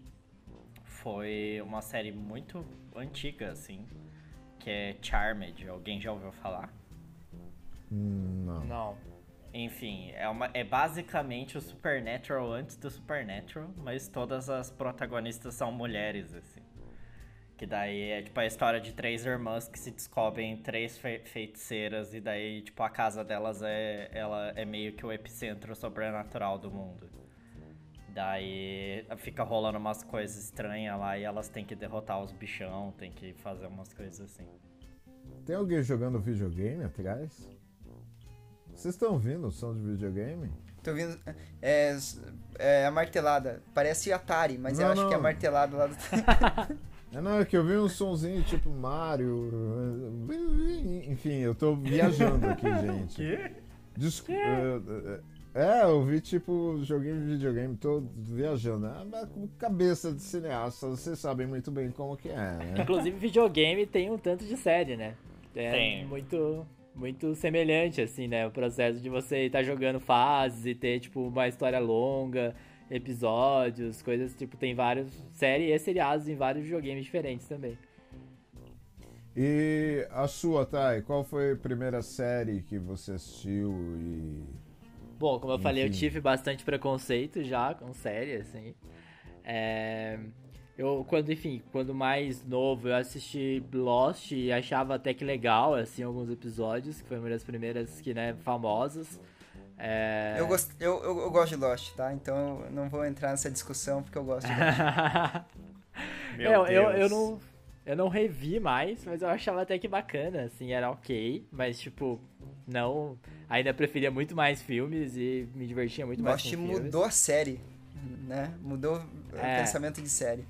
foi uma série muito antiga, assim, que é Charmed. Alguém já ouviu falar? Hum, não. Não. Enfim, é, uma, é basicamente o Supernatural antes do Supernatural, mas todas as protagonistas são mulheres, assim. Que daí é tipo a história de três irmãs que se descobrem três fe- feiticeiras e daí, tipo, a casa delas é, ela é meio que o epicentro sobrenatural do mundo. Daí fica rolando umas coisas estranhas lá e elas têm que derrotar os bichão, tem que fazer umas coisas assim. Tem alguém jogando videogame atrás? Vocês estão ouvindo o som de videogame? Tô ouvindo. É, é a martelada. Parece Atari, mas eu Não, acho não. que é a martelada lá do. É, não, é que eu vi um sonzinho tipo Mario. Enfim, eu tô viajando aqui, gente. Que? Desculpa. É, eu vi tipo joguinho de videogame, tô viajando. Ah, mas com cabeça de cineasta, vocês sabem muito bem como que é, né? Inclusive, videogame tem um tanto de série, né? É Tem. muito, muito semelhante, assim, né? O processo de você estar jogando fases e ter, tipo, uma história longa, episódios, coisas, tipo, tem vários séries e seriados em vários videogames diferentes também. E a sua, Thay, qual foi a primeira série que você assistiu e... Bom, como eu falei, eu Enfim. tive bastante preconceito já com série, assim. É... Eu, quando, enfim, quando mais novo, eu assisti Lost e achava até que legal, assim, alguns episódios, que foi uma das primeiras que, né, famosas. É... Eu, gost... eu, eu, eu gosto de Lost, tá? Então eu não vou entrar nessa discussão porque eu gosto de Lost. Meu É, eu, eu, Deus. não, eu não revi mais, mas eu achava até que bacana, assim, era ok, mas tipo, não, ainda preferia muito mais filmes e me divertia muito mais Lost com filmes. mudou a série, né? Mudou É. o pensamento de série.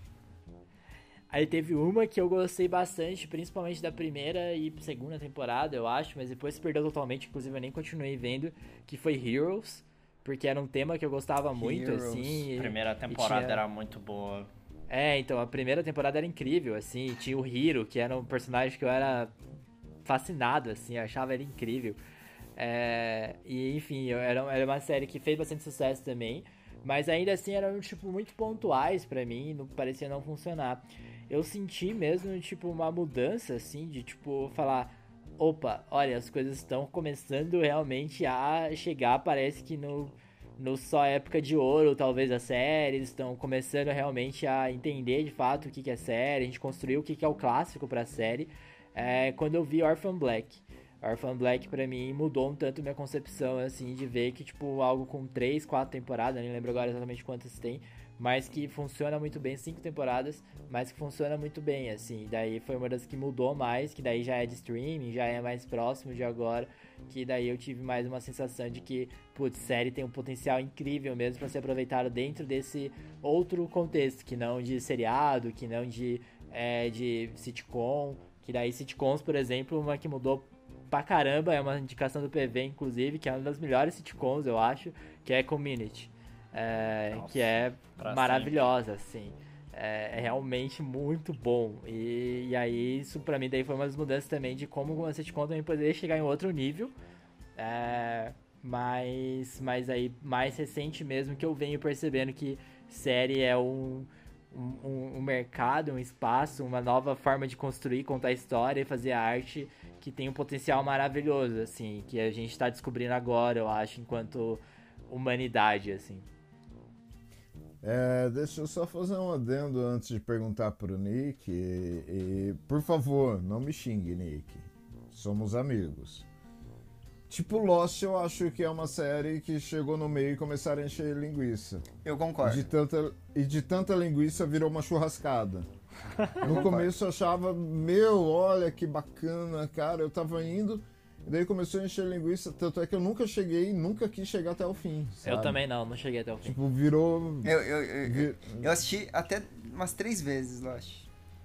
Aí teve uma que eu gostei bastante, principalmente da primeira e segunda temporada, eu acho, mas depois se perdeu totalmente, inclusive eu nem continuei vendo, que foi Heroes, porque era um tema que eu gostava muito, Heroes. assim. A e- primeira e temporada tinha- era muito boa. É, então, a primeira temporada era incrível, assim, e tinha o Hiro, que era um personagem que eu era fascinado, assim, eu achava ele incrível. É, e, enfim, eu- era, era uma série que fez bastante sucesso também, mas ainda assim eram, tipo, muito pontuais pra mim, não parecia não funcionar. Eu senti mesmo, tipo, uma mudança, assim, de, tipo, falar, opa, olha, as coisas estão começando realmente a chegar, parece que no, no só época de ouro, talvez, as séries estão começando realmente a entender, de fato, o que, que é série, a gente construiu o que, que é o clássico pra série, é, quando eu vi Orphan Black. Orphan Black, pra mim, mudou um tanto minha concepção, assim, de ver que, tipo, algo com três, quatro temporadas, nem lembro agora exatamente quantas tem, mas que funciona muito bem, cinco temporadas, mas que funciona muito bem, assim. Daí foi uma das que mudou mais, que daí já é de streaming, já é mais próximo de agora, que daí eu tive mais uma sensação de que, putz, série tem um potencial incrível mesmo pra ser aproveitado dentro desse outro contexto, que não de seriado, que não de, é, de sitcom, que daí sitcoms, por exemplo, uma que mudou pra caramba, é uma indicação do P V, inclusive, que é uma das melhores sitcoms, eu acho, que é Community. É, Nossa, que é pra maravilhosa, assim. É, é realmente muito bom. E, e aí, isso pra mim daí foi uma das mudanças também de como uma sitcom também poderia chegar em outro nível. É, mas, mas aí, mais recente mesmo, que eu venho percebendo que série é um, um, um mercado, um espaço, uma nova forma de construir, contar história e fazer arte que tem um potencial maravilhoso, assim, que a gente tá descobrindo agora, eu acho, enquanto humanidade, assim. É, deixa eu só fazer um adendo antes de perguntar pro Nick. E, e, por favor, não me xingue, Nick. Somos amigos. Tipo, Lost eu acho que é uma série que chegou no meio e começaram a encher linguiça. Eu E concordo. de tanta, e de tanta linguiça virou uma churrascada. No começo eu achava, meu, olha que bacana, cara. Eu tava indo, e daí começou a encher linguiça. Tanto é que eu nunca cheguei, nunca quis chegar até o fim. Eu sabe? também não, não cheguei até o fim. Tipo, virou. Eu, eu, eu, vi- eu assisti até umas três vezes, Lost.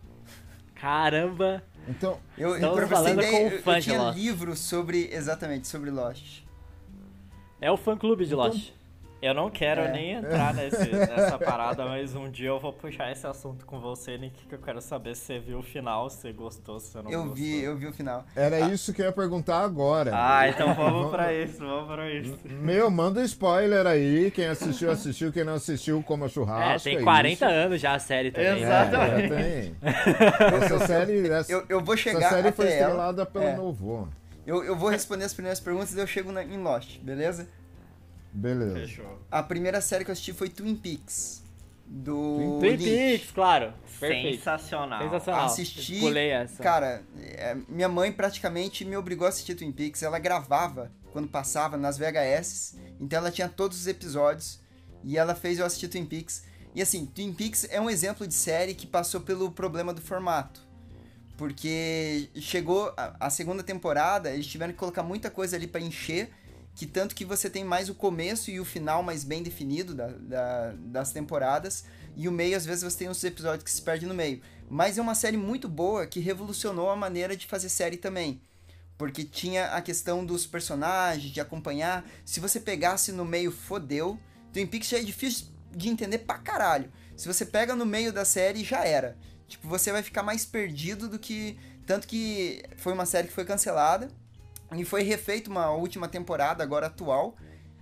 Caramba! Então, Eu, Estamos pra você ter falando ideia, com o eu, fã eu de tinha Lost. livros sobre, exatamente, sobre Lost. É o fã clube de Então- Lost. Eu não quero É. nem entrar nesse, nessa parada, mas um dia eu vou puxar esse assunto com você, Nick, que eu quero saber se você viu o final, se você gostou, se você não Eu gostou. vi, eu vi o final. era isso que eu ia perguntar agora. Ah, então vamos pra isso, vamos pra isso. Meu, manda spoiler aí. Quem assistiu, assistiu. Quem não assistiu, coma É, churrasco. tem é quarenta isso. anos já a série também. Exato. É, Exatamente. já tem. Essa série, essa, Eu, eu vou essa chegar série foi até ela. estrelada pelo É. meu avô. Eu, eu vou responder as primeiras perguntas e eu chego na, em Lost, beleza? Beleza. Fechou. A primeira série que eu assisti foi Twin Peaks. Do Twin Lynch. Peaks, claro. Perfeito. Sensacional. Sensacional. Assisti, Pulei essa. cara, é, minha mãe praticamente me obrigou a assistir Twin Peaks. Ela gravava quando passava nas V H S, então ela tinha todos os episódios e ela fez eu assistir Twin Peaks. E assim, Twin Peaks é um exemplo de série que passou pelo problema do formato. Porque chegou a, a segunda temporada, eles tiveram que colocar muita coisa ali pra encher, que tanto que você tem mais o começo e o final mais bem definido da, da- das temporadas, e o meio, às vezes, você tem uns episódios que se perdem no meio. Mas é uma série muito boa que revolucionou a maneira de fazer série também. Porque tinha a questão dos personagens, de acompanhar. Se você pegasse no meio, fodeu. Twin Peaks já é difícil de entender pra caralho. Se você pega no meio da série, já era. Tipo, você vai ficar mais perdido do que... Tanto que foi uma série que foi cancelada. E foi refeita uma última temporada, agora atual.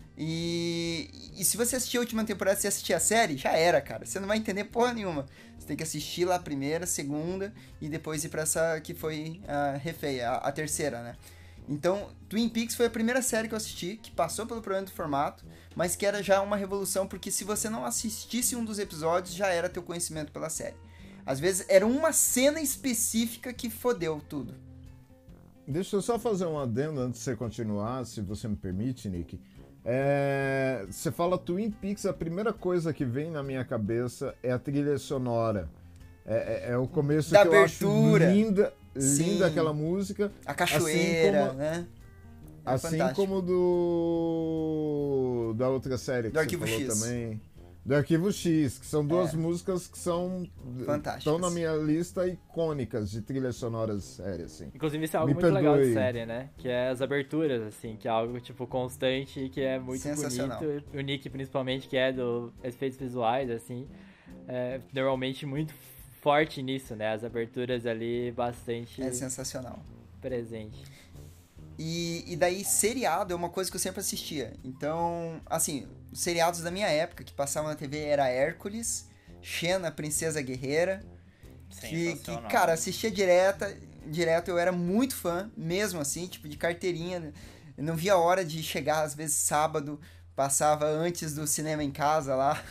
E, e se você assistir a última temporada e você assistir a série, já era, cara. Você não vai entender porra nenhuma. Você tem que assistir lá a primeira, a segunda e depois ir pra essa que foi a refeita, a, a terceira, né? Então, Twin Peaks foi a primeira série que eu assisti, que passou pelo problema do formato, mas que era já uma revolução, porque se você não assistisse um dos episódios, já era teu conhecimento pela série. Às vezes era uma cena específica que fodeu tudo. Deixa eu só fazer um adendo antes de você continuar, se você me permite, Nick. É, você fala Twin Peaks, a primeira coisa que vem na minha cabeça é a trilha sonora. É, é, é o começo da que abertura. eu acho linda, Sim. linda aquela música. A cachoeira, assim como, né? É assim fantástico. como do da outra série que Do você Arquivo falou X. também. Do Arquivo X, que são duas É. músicas que são Fantásticas. estão na minha lista icônicas de trilhas sonoras séries, assim. Inclusive, isso é algo Me muito legal perdoe. de série, né? Que é as aberturas, assim, que é algo, tipo, constante e que é muito Sensacional. bonito. O Nick, principalmente, que é do efeitos visuais, assim, é normalmente muito forte nisso, né? As aberturas ali bastante É sensacional. presente. E, e daí, seriado é uma coisa que eu sempre assistia. Então, assim, os seriados da minha época que passavam na T V era Hércules, Xena, Princesa Guerreira. Que, que, cara, assistia direta, direto, eu era muito fã, mesmo assim, tipo, de carteirinha. Eu não via a hora de chegar, às vezes, sábado, passava antes do cinema em casa lá.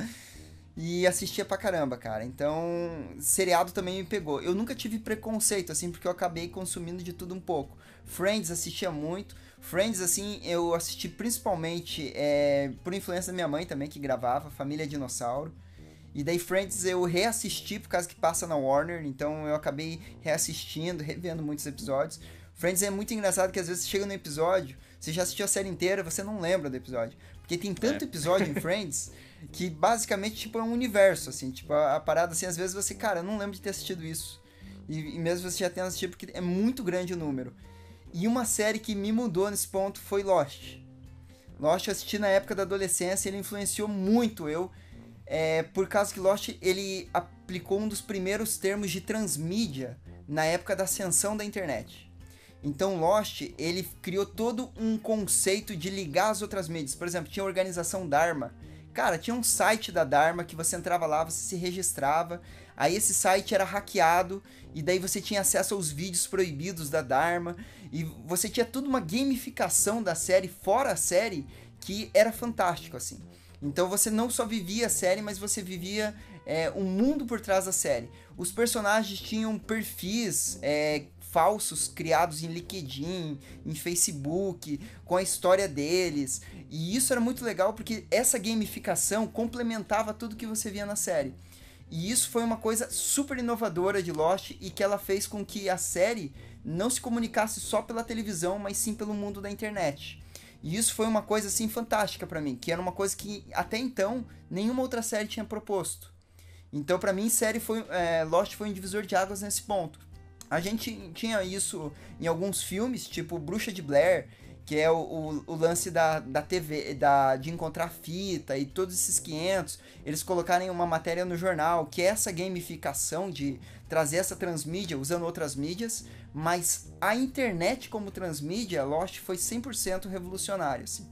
E assistia pra caramba, cara. Então, seriado também me pegou. Eu nunca tive preconceito, assim, porque eu acabei consumindo de tudo um pouco. Friends assistia muito. Friends, assim, eu assisti principalmente é, por influência da minha mãe também, que gravava, Família Dinossauro. E daí Friends eu reassisti por causa que passa na Warner, então eu acabei reassistindo, revendo muitos episódios. Friends é muito engraçado que às vezes você chega no episódio, você já assistiu a série inteira, você não lembra do episódio. Porque tem tanto É. episódio em Friends que basicamente tipo, é um universo, assim, tipo, a, a parada assim, às vezes você, cara, eu não lembro de ter assistido isso. E, e mesmo você já tenha assistido porque é muito grande o número. E uma série que me mudou nesse ponto foi Lost. Lost eu assisti na época da adolescência, ele influenciou muito eu. É, por causa que Lost ele aplicou um dos primeiros termos de transmídia na época da ascensão da internet. Então Lost ele criou todo um conceito de ligar as outras mídias. Por exemplo, tinha a organização Dharma. Cara, tinha um site da Dharma que você entrava lá, você se registrava. Aí esse site era hackeado e daí você tinha acesso aos vídeos proibidos da Dharma. E você tinha toda uma gamificação da série, fora a série, que era fantástico, assim. Então você não só vivia a série, mas você vivia é, um mundo por trás da série. Os personagens tinham perfis é, falsos criados em LinkedIn, em Facebook, com a história deles. E isso era muito legal porque essa gamificação complementava tudo que você via na série. E isso foi uma coisa super inovadora de Lost e que ela fez com que a série não se comunicasse só pela televisão, mas sim pelo mundo da internet. E isso foi uma coisa, assim, fantástica pra mim, que era uma coisa que, até então, nenhuma outra série tinha proposto. Então, pra mim, série foi, é, Lost foi um divisor de águas nesse ponto. A gente tinha isso em alguns filmes, tipo Bruxa de Blair, que é o, o, o lance da, da T V, da, de encontrar fita e todos esses quinhentos, eles colocarem uma matéria no jornal, que é essa gamificação de trazer essa transmídia usando outras mídias, mas a internet como transmídia, Lost foi cem por cento revolucionário, assim.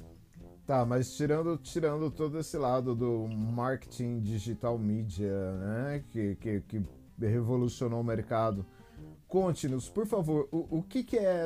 Tá, mas tirando, tirando todo esse lado do marketing digital media, né, que, que, que revolucionou o mercado, conte-nos, por favor, o, o que que é...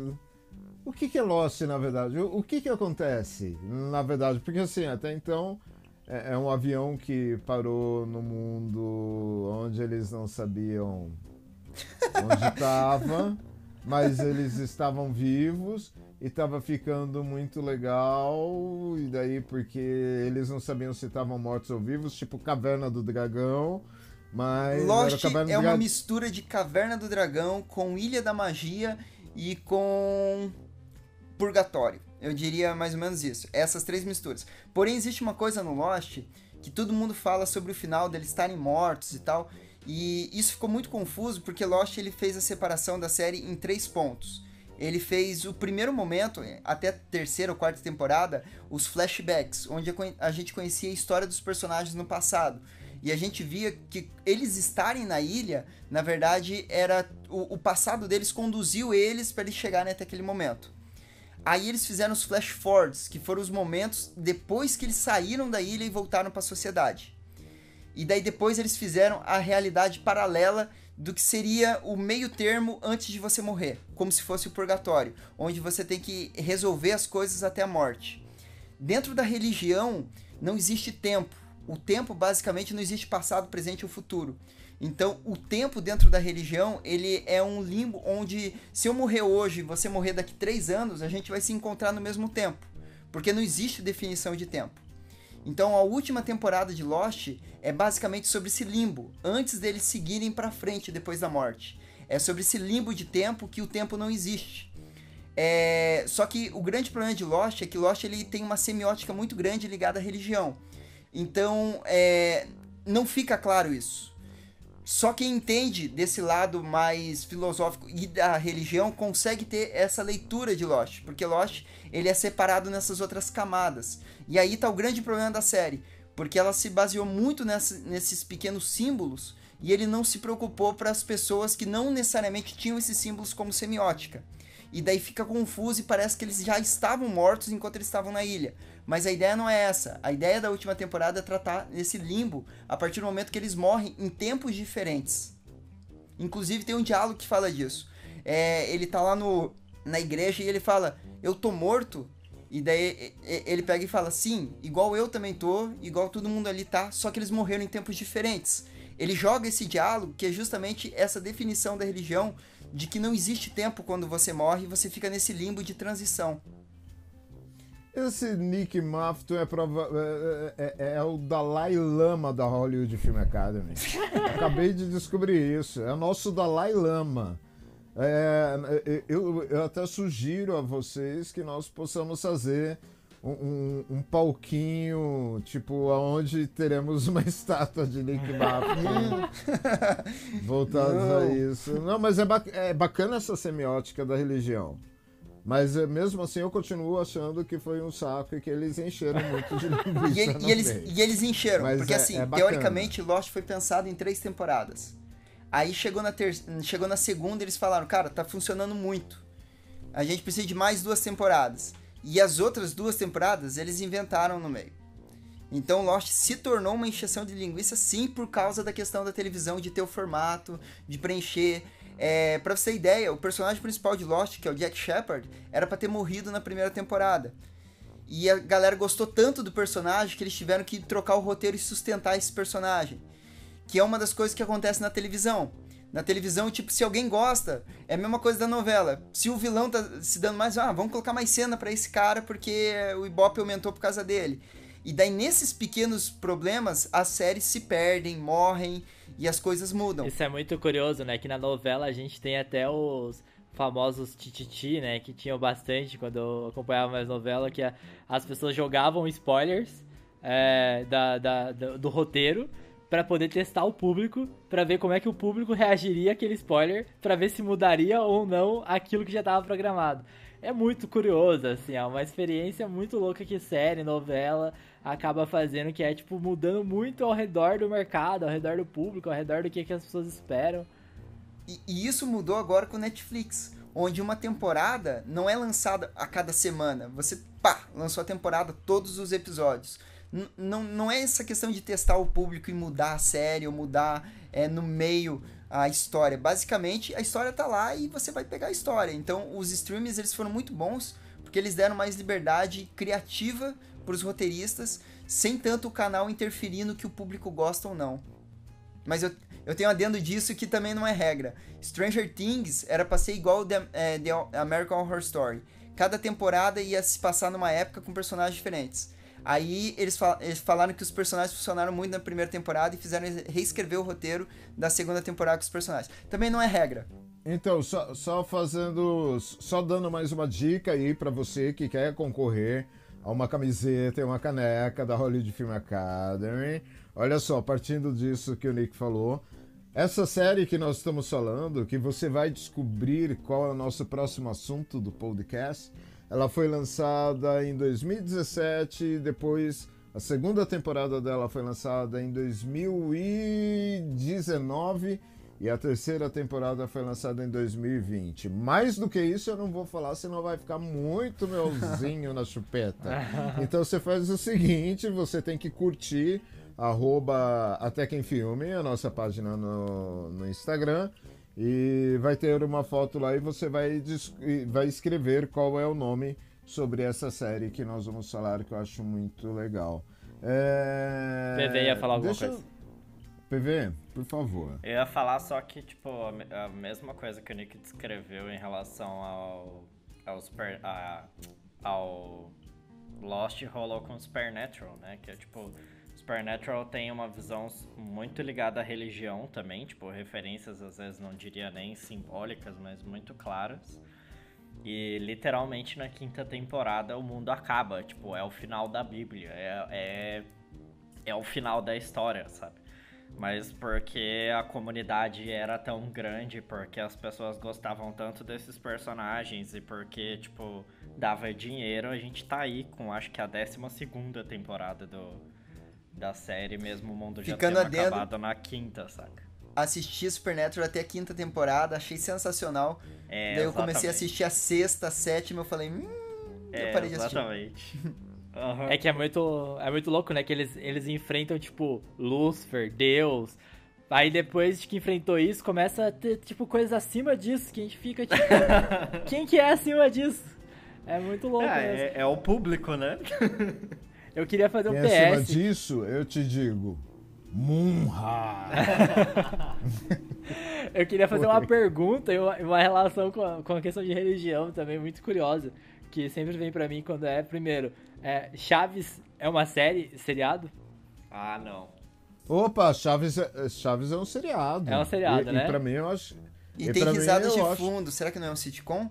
O que que é Lost, na verdade? O, o que que acontece, na verdade? Porque, assim, até então, é, é um avião que parou no mundo onde eles não sabiam onde estava, mas eles estavam vivos e estava ficando muito legal, e daí porque eles não sabiam se estavam mortos ou vivos, tipo Caverna do Dragão, mas... Lost Caverna é do uma Dra... mistura de Caverna do Dragão com Ilha da Magia e com Purgatório. Eu diria mais ou menos isso. Essas três misturas. Porém, existe uma coisa no Lost que todo mundo fala sobre o final deles estarem mortos e tal. E isso ficou muito confuso porque Lost ele fez a separação da série em três pontos. Ele fez o primeiro momento, até a terceira ou quarta temporada, os flashbacks, onde a gente conhecia a história dos personagens no passado. E a gente via que eles estarem na ilha, na verdade, era o, o passado deles conduziu eles para eles chegarem até aquele momento. Aí eles fizeram os flash forwards, que foram os momentos depois que eles saíram da ilha e voltaram para a sociedade. E daí depois eles fizeram a realidade paralela do que seria o meio termo antes de você morrer, como se fosse o purgatório, onde você tem que resolver as coisas até a morte. Dentro da religião não existe tempo. O tempo basicamente não existe passado, presente ou futuro. Então, o tempo dentro da religião, ele é um limbo onde, se eu morrer hoje e você morrer daqui três anos, a gente vai se encontrar no mesmo tempo. Porque não existe definição de tempo. Então a última temporada de Lost é basicamente sobre esse limbo, antes deles seguirem pra frente depois da morte. É sobre esse limbo de tempo que o tempo não existe. É... Só que o grande problema de Lost é que Lost ele tem uma semiótica muito grande ligada à religião. Então é... não fica claro isso. Só quem entende desse lado mais filosófico e da religião consegue ter essa leitura de Lost, porque Lost ele é separado nessas outras camadas. E aí tá o grande problema da série, porque ela se baseou muito nessa, nesses pequenos símbolos e ele não se preocupou para as pessoas que não necessariamente tinham esses símbolos como semiótica. E daí fica confuso e parece que eles já estavam mortos enquanto eles estavam na ilha. Mas a ideia não é essa. A ideia da última temporada é tratar esse limbo a partir do momento que eles morrem em tempos diferentes. Inclusive tem um diálogo que fala disso. É, ele tá lá no, na igreja e ele fala, eu tô morto? E daí ele pega e fala, sim, igual eu também tô, igual todo mundo ali tá, só que eles morreram em tempos diferentes. Ele joga esse diálogo, que é justamente essa definição da religião, de que não existe tempo quando você morre e você fica nesse limbo de transição. Esse Nick Mafton é, prova... é, é, é o Dalai Lama da Hollywood Film Academy. Acabei de descobrir isso. É o nosso Dalai Lama. É, eu, eu até sugiro a vocês que nós possamos fazer um, um, um palquinho, tipo, onde teremos uma estátua de Nick Mafton voltados Não. a isso. Não, mas é, ba é bacana essa semiótica da religião. Mas mesmo assim eu continuo achando que foi um saco e que eles encheram muito de linguiça. e, ele, e, eles, e eles encheram, mas porque é, assim, é teoricamente Lost foi pensado em três temporadas. Aí chegou na, ter... chegou na segunda e eles falaram, cara, tá funcionando muito. A gente precisa de mais duas temporadas. E as outras duas temporadas eles inventaram no meio. Então Lost se tornou uma encheção de linguiça sim por causa da questão da televisão, de ter o formato, de preencher... É, pra você ter ideia, o personagem principal de Lost, que é o Jack Shephard, era pra ter morrido na primeira temporada. E a galera gostou tanto do personagem que eles tiveram que trocar o roteiro e sustentar esse personagem. Que é uma das coisas que acontece na televisão. Na televisão, tipo, se alguém gosta, é a mesma coisa da novela. Se o vilão tá se dando mais, ah, vamos colocar mais cena pra esse cara porque o Ibope aumentou por causa dele. E daí, nesses pequenos problemas, as séries se perdem, morrem e as coisas mudam. Isso é muito curioso, né? Que na novela a gente tem até os famosos tititi, né? Que tinham bastante quando eu acompanhava mais novela, que a, as pessoas jogavam spoilers é, da, da, do, do roteiro pra poder testar o público, pra ver como é que o público reagiria àquele spoiler, pra ver se mudaria ou não aquilo que já estava programado. É muito curioso, assim, é uma experiência muito louca que série, novela acaba fazendo, que é, tipo, mudando muito ao redor do mercado, ao redor do público, ao redor do que, que as pessoas esperam. E, e isso mudou agora com o Netflix, onde uma temporada não é lançada a cada semana. Você, pá, lançou a temporada, todos os episódios. N não, não é essa questão de testar o público e mudar a série ou mudar é, no meio a história. Basicamente, a história tá lá e você vai pegar a história. Então, os streams, eles foram muito bons, porque eles deram mais liberdade criativa para os roteiristas, sem tanto o canal interferir no que o público gosta ou não. Mas eu, eu tenho um adendo disso que também não é regra. Stranger Things era pra ser igual The, é, The American Horror Story. Cada temporada ia se passar numa época com personagens diferentes. Aí eles, fal eles falaram que os personagens funcionaram muito na primeira temporada e fizeram reescrever o roteiro da segunda temporada com os personagens. Também não é regra. Então, só, só fazendo... Só dando mais uma dica aí pra você que quer concorrer a uma camiseta e uma caneca da Hollywood Film Academy. Olha só, partindo disso que o Nick falou, essa série que nós estamos falando, que você vai descobrir qual é o nosso próximo assunto do podcast, ela foi lançada em dois mil e dezessete, depois a segunda temporada dela foi lançada em dois mil e dezenove e a terceira temporada foi lançada em dois mil e vinte. Mais do que isso eu não vou falar, senão vai ficar muito melzinho na chupeta. Então você faz o seguinte, você tem que curtir arroba Até Quem Filme, a nossa página no, no Instagram, e vai ter uma foto lá e você vai, vai escrever qual é o nome sobre essa série que nós vamos falar, que eu acho muito legal. É... P V ia falar alguma Deixa... coisa. P V, por favor. Eu ia falar só que, tipo, a mesma coisa que o Nick descreveu em relação ao, ao, super, a, ao Lost rolou com Supernatural, né? Que é tipo, Supernatural tem uma visão muito ligada à religião também, tipo, referências às vezes não diria nem simbólicas, mas muito claras. E literalmente na quinta temporada o mundo acaba, tipo, é o final da Bíblia, é, é, é o final da história, sabe? Mas porque a comunidade era tão grande, porque as pessoas gostavam tanto desses personagens e porque, tipo, dava dinheiro, a gente tá aí com acho que a décima segunda temporada do, da série, mesmo o mundo já Ficando tendo adendo, acabado na quinta, saca? Assisti Supernatural até a quinta temporada, achei sensacional. É, Daí eu exatamente. comecei a assistir a sexta, a sétima, eu falei, hum, é, eu parei de assistir. Exatamente. Uhum. É que é muito, é muito louco, né? Que eles, eles enfrentam, tipo, Lúcifer, Deus. Aí depois de que enfrentou isso, começa a ter, tipo, coisas acima disso, que a gente fica, tipo, quem que é acima disso? É muito louco é, mesmo. É, é o público, né? Eu queria fazer um Quem P S. acima disso, eu te digo, Munra. Eu queria fazer uma pergunta e uma, uma relação com a, com a questão de religião também, muito curiosa, que sempre vem pra mim quando é, primeiro, é, Chaves é uma série, seriado? Ah, não. Opa, Chaves é, Chaves é um seriado. É um seriado, e, né? E pra mim eu acho... E, e tem pra mim, risadas de eu acho- fundo, será que não é um sitcom?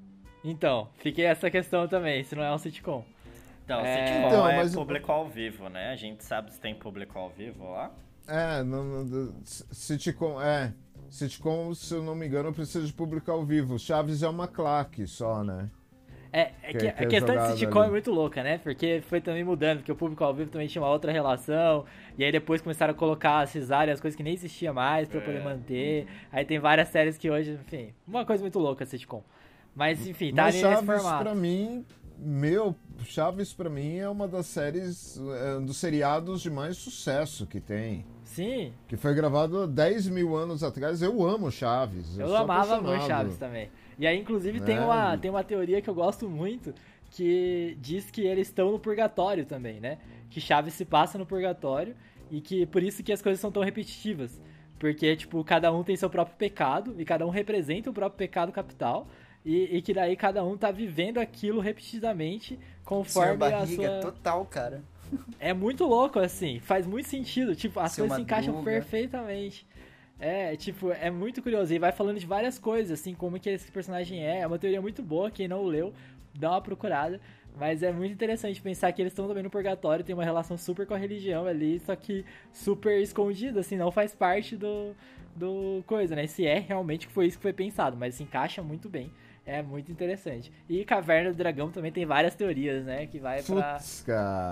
Então, fiquei essa questão também, se não é um sitcom. Então, É, sitcom então, é mas- público ao vivo, né? A gente sabe se tem público ao vivo lá. É, não, não, sitcom, é. Sitcom, se eu não me engano, precisa de público ao vivo. Chaves é uma claque só, né? É, é Que- que, que a é questão de jogado sitcom ali. é muito louca, né? Porque foi também mudando, porque o público ao vivo também tinha uma outra relação, e aí depois começaram a colocar as risadas, as coisas que nem existia mais pra É. poder manter. Aí tem várias séries que hoje, enfim, uma coisa muito louca sitcom. Mas enfim, tá Mas ali nesse Chaves, formato. pra mim, meu, Chaves pra mim é uma das séries, é, um dos seriados de mais sucesso que tem. Sim, Que foi gravado há dez mil anos atrás. Eu amo Chaves. Eu, eu sou amava muito apaixonado. Chaves também. E aí, inclusive, tem, Né? uma, tem uma teoria que eu gosto muito, que diz que eles estão no purgatório também, né? Que Chaves se passa no purgatório e que por isso que as coisas são tão repetitivas. Porque, tipo, cada um tem seu próprio pecado e cada um representa o próprio pecado capital. E, e que daí cada um tá vivendo aquilo repetidamente Senhor conforme a Barriga, sua... total, cara. É muito louco, assim, faz muito sentido, tipo, as Seu coisas se encaixam Madruga. perfeitamente. É, tipo, é muito curioso. E vai falando de várias coisas, assim, como que esse personagem é. É uma teoria muito boa, quem não leu, dá uma procurada. Mas é muito interessante pensar que eles estão também no purgatório, tem uma relação super com a religião ali, só que super escondida, assim, não faz parte do, do coisa, né? Se é realmente que foi isso que foi pensado, mas se encaixa muito bem. É muito interessante. E Caverna do Dragão também tem várias teorias, né? Que vai pra... Putz,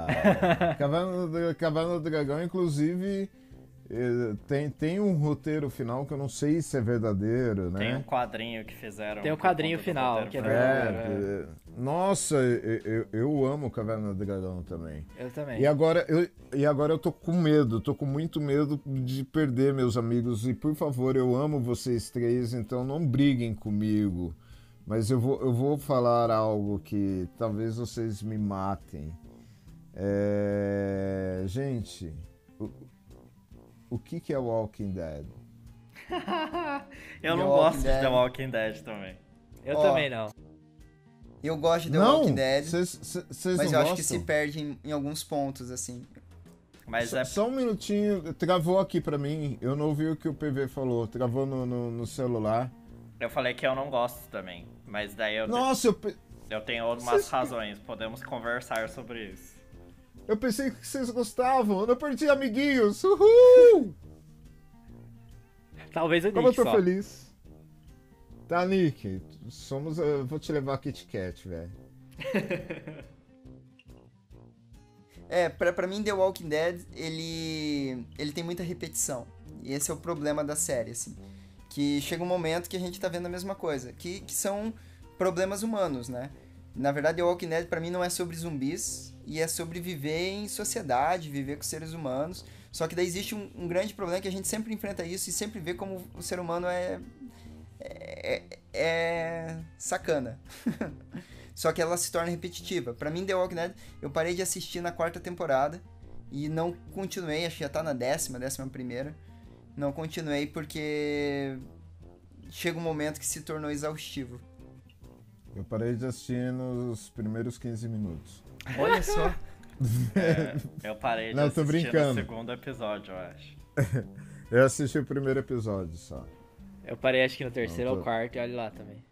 cara. Caverna do, Caverna do Dragão, inclusive, eh, tem, tem um roteiro final que eu não sei se é verdadeiro, né? Tem um quadrinho que fizeram. Tem um por quadrinho conta do final, roteiro que é foi- verdadeiro. É, eh, nossa, eu, eu, eu amo Caverna do Dragão também. Eu também. E agora, eu, e agora eu tô com medo, tô com muito medo de perder meus amigos. E por favor, eu amo vocês três, então não briguem comigo. Mas eu vou, eu vou falar algo que talvez vocês me matem. É, gente, o, o que, que é Walking Dead? Eu The não Walking gosto de Dead. The Walking Dead também. Eu Ó, também não. Eu gosto de The não, Walking Dead, vocês mas não eu acho que se gostam? perde em, em alguns pontos, assim. Mas Só, é. só um minutinho, travou aqui pra mim. Eu não ouvi o que o P V falou. Travou no, no, no celular. Eu falei que eu não gosto também. Mas daí eu, Nossa, eu, pe- eu tenho algumas Vocês- razões. Podemos conversar sobre isso. eu pensei que vocês gostavam. Eu não perdi amiguinhos. Uhul! Talvez o Como eu Nick tô só. feliz. Tá, Nick. Somos. Eu vou te levar a Kit Kat, velho. É, pra, pra mim The Walking Dead, ele, ele tem muita repetição. E esse é o problema da série, assim. Que chega um momento que a gente tá vendo a mesma coisa. Que, que são problemas humanos, né? Na verdade, The Walking Dead pra mim não é sobre zumbis. E é sobre viver em sociedade, viver com seres humanos. Só que daí existe um, um grande problema que a gente sempre enfrenta isso e sempre vê como o ser humano é... É, é sacana. Só que ela se torna repetitiva. Pra mim, The Walking Dead, eu parei de assistir na quarta temporada e não continuei, acho que já tá na décima, décima primeira. Não continuei porque chega um momento que se tornou exaustivo. Eu parei de assistir nos primeiros quinze minutos. Olha só. É, eu parei de Não, tô assistir brincando. no segundo episódio, eu acho. Eu assisti o primeiro episódio só. Eu parei acho que no terceiro Não, ou tô- quarto e olha lá também.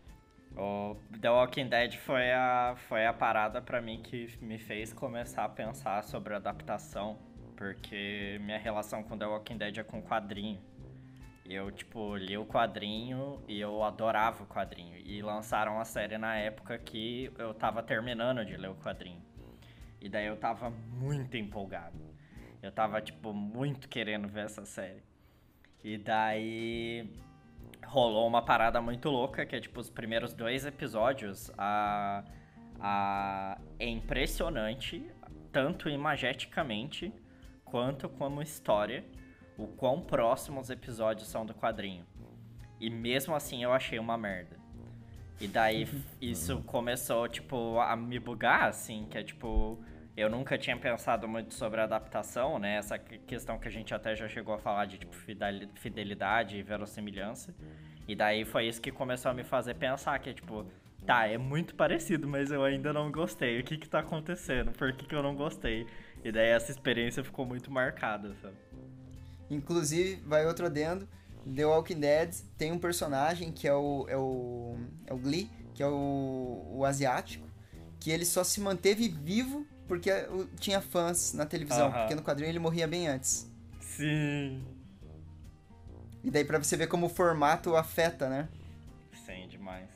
O The Walking Dead foi a, foi a parada pra mim que me fez começar a pensar sobre adaptação, porque minha relação com The Walking Dead é com quadrinho. Eu, tipo, li o quadrinho e eu adorava o quadrinho. E lançaram a série na época que eu tava terminando de ler o quadrinho. E daí eu tava muito empolgado. Eu tava, tipo, muito querendo ver essa série. E daí rolou uma parada muito louca, que é, tipo, os primeiros dois episódios, a, a, é impressionante, tanto imageticamente, quanto como história, o quão próximos os episódios são do quadrinho. E mesmo assim eu achei uma merda. E daí isso começou, tipo, a me bugar, assim, que é, tipo... Eu nunca tinha pensado muito sobre a adaptação, né? Essa questão que a gente até já chegou a falar de, tipo, fidelidade e verossimilhança. E daí foi isso que começou a me fazer pensar, que é, tipo... Tá, é muito parecido, mas eu ainda não gostei. O que que tá acontecendo? Por que que eu não gostei? E daí essa experiência ficou muito marcada, sabe? Inclusive, vai outro adendo, The Walking Dead tem um personagem que é o, é o, é o Glee, que é o, o asiático, que ele só se manteve vivo porque o- tinha fãs na televisão, Aham. porque no quadrinho ele morria bem antes. Sim. E daí pra você ver como o formato afeta, né? Sim, demais.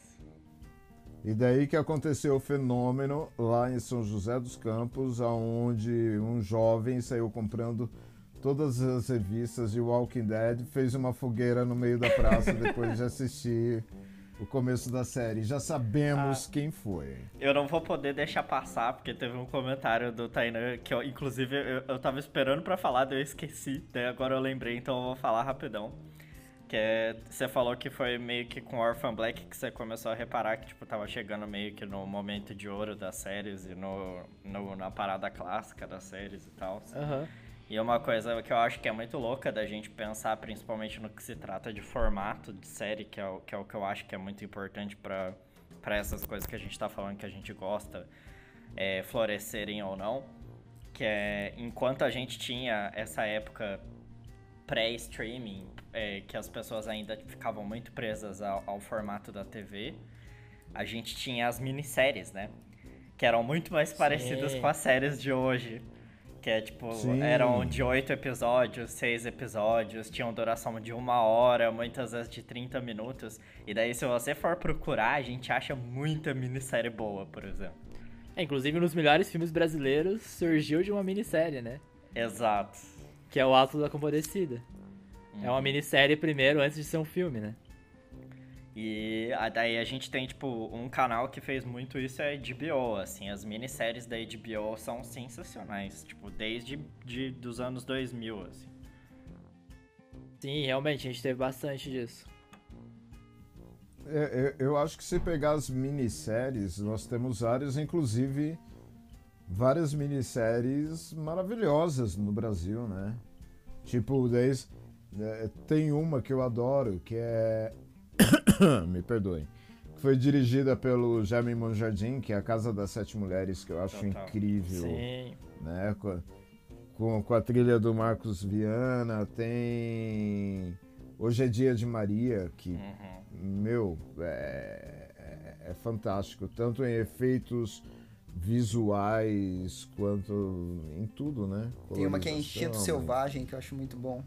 E daí que aconteceu o fenômeno lá em São José dos Campos, onde um jovem saiu comprando todas as revistas de Walking Dead, fez uma fogueira no meio da praça depois de assistir o começo da série. Já sabemos Ah. quem foi. Eu não vou poder deixar passar, porque teve um comentário do Tainan que eu, inclusive, eu, eu tava esperando pra falar, daí eu esqueci, daí agora eu lembrei, então eu vou falar rapidão. Que é, você falou que foi meio que com Orphan Black que você começou a reparar que, tipo, tava chegando meio que no momento de ouro das séries e no, no, na parada clássica das séries e tal. Aham. E uma coisa que eu acho que é muito louca da gente pensar, principalmente no que se trata de formato de série, que é o que, é o que eu acho que é muito importante pra, pra essas coisas que a gente tá falando que a gente gosta é, florescerem ou não, que é enquanto a gente tinha essa época pré-streaming, é, que as pessoas ainda ficavam muito presas ao, ao formato da T V, a gente tinha as minisséries, né? Que eram muito mais parecidas Sim. com as séries de hoje. Que é tipo, Sim. eram de oito episódios, seis episódios, tinham duração de uma hora, muitas vezes de trinta minutos. E daí, se você for procurar, a gente acha muita minissérie boa, por exemplo. É, inclusive, nos melhores filmes brasileiros surgiu de uma minissérie, né? Exato. Que é o Alto da Compadecida. É uma minissérie primeiro, antes de ser um filme, né? E a- daí a gente tem, tipo, um canal que fez muito isso, é a H B O, assim, as minisséries da H B O são sensacionais, tipo, desde de, dos anos dois mil, assim. Sim, realmente, a gente teve bastante disso. É, eu, eu acho que se pegar as minisséries, nós temos várias, inclusive várias minisséries maravilhosas no Brasil, né? Tipo, dez, é, tem uma que eu adoro, que é... Me perdoem. Que foi dirigida pelo Jaime Monjardim, que é a Casa das Sete Mulheres, que eu acho Total. incrível. Sim. Né? Com, a, com, com a trilha do Marcos Viana, tem Hoje é Dia de Maria, que, Uhum. meu, é, é, é fantástico, tanto em efeitos visuais quanto em tudo, né? Tem uma que é Instinto Colorização, Selvagem, que eu acho muito bom.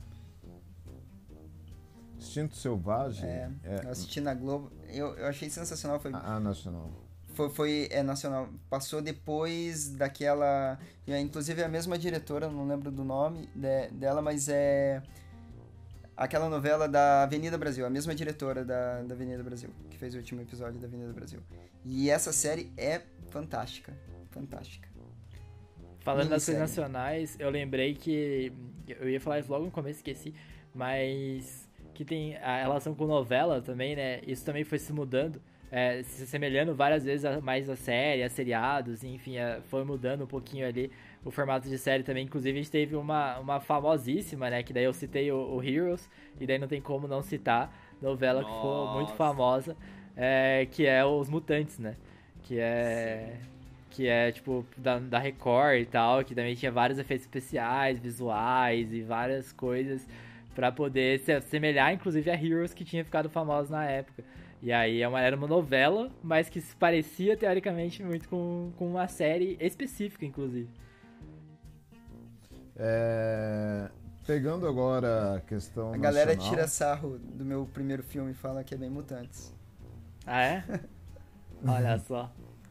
Instinto Selvagem? É, É, eu assisti na Globo, eu, eu achei sensacional, foi, a, a Nacional. foi, foi é, nacional. Passou depois daquela, é, inclusive a mesma diretora, não lembro do nome de- dela, mas é aquela novela da Avenida Brasil, a mesma diretora da, da Avenida Brasil, que fez o último episódio da Avenida Brasil. E essa série é fantástica, fantástica. Falando das coisas Minissérie. nacionais, eu lembrei que. Eu ia falar isso logo no começo, esqueci. Mas que tem a relação com novela também, né? Isso também foi se mudando, é, se assemelhando várias vezes a, mais a série, a seriados, enfim, a- foi mudando um pouquinho ali o formato de série também. Inclusive, a gente teve uma, uma famosíssima, né? Que daí eu citei o, o Heroes, e daí não tem como não citar, novela que ficou muito Nossa. famosa, é, que é Os Mutantes, né? Que é. que é, tipo, da, da Record e tal, que também tinha vários efeitos especiais, visuais e várias coisas pra poder se assemelhar, inclusive, a Heroes, que tinha ficado famosa na época. E aí é uma, era uma novela, mas que se parecia, teoricamente, muito com, com uma série específica, inclusive. É... Pegando agora a questão A galera nacional... tira sarro do meu primeiro filme e fala que é bem Mutantes. Ah, é? Olha só.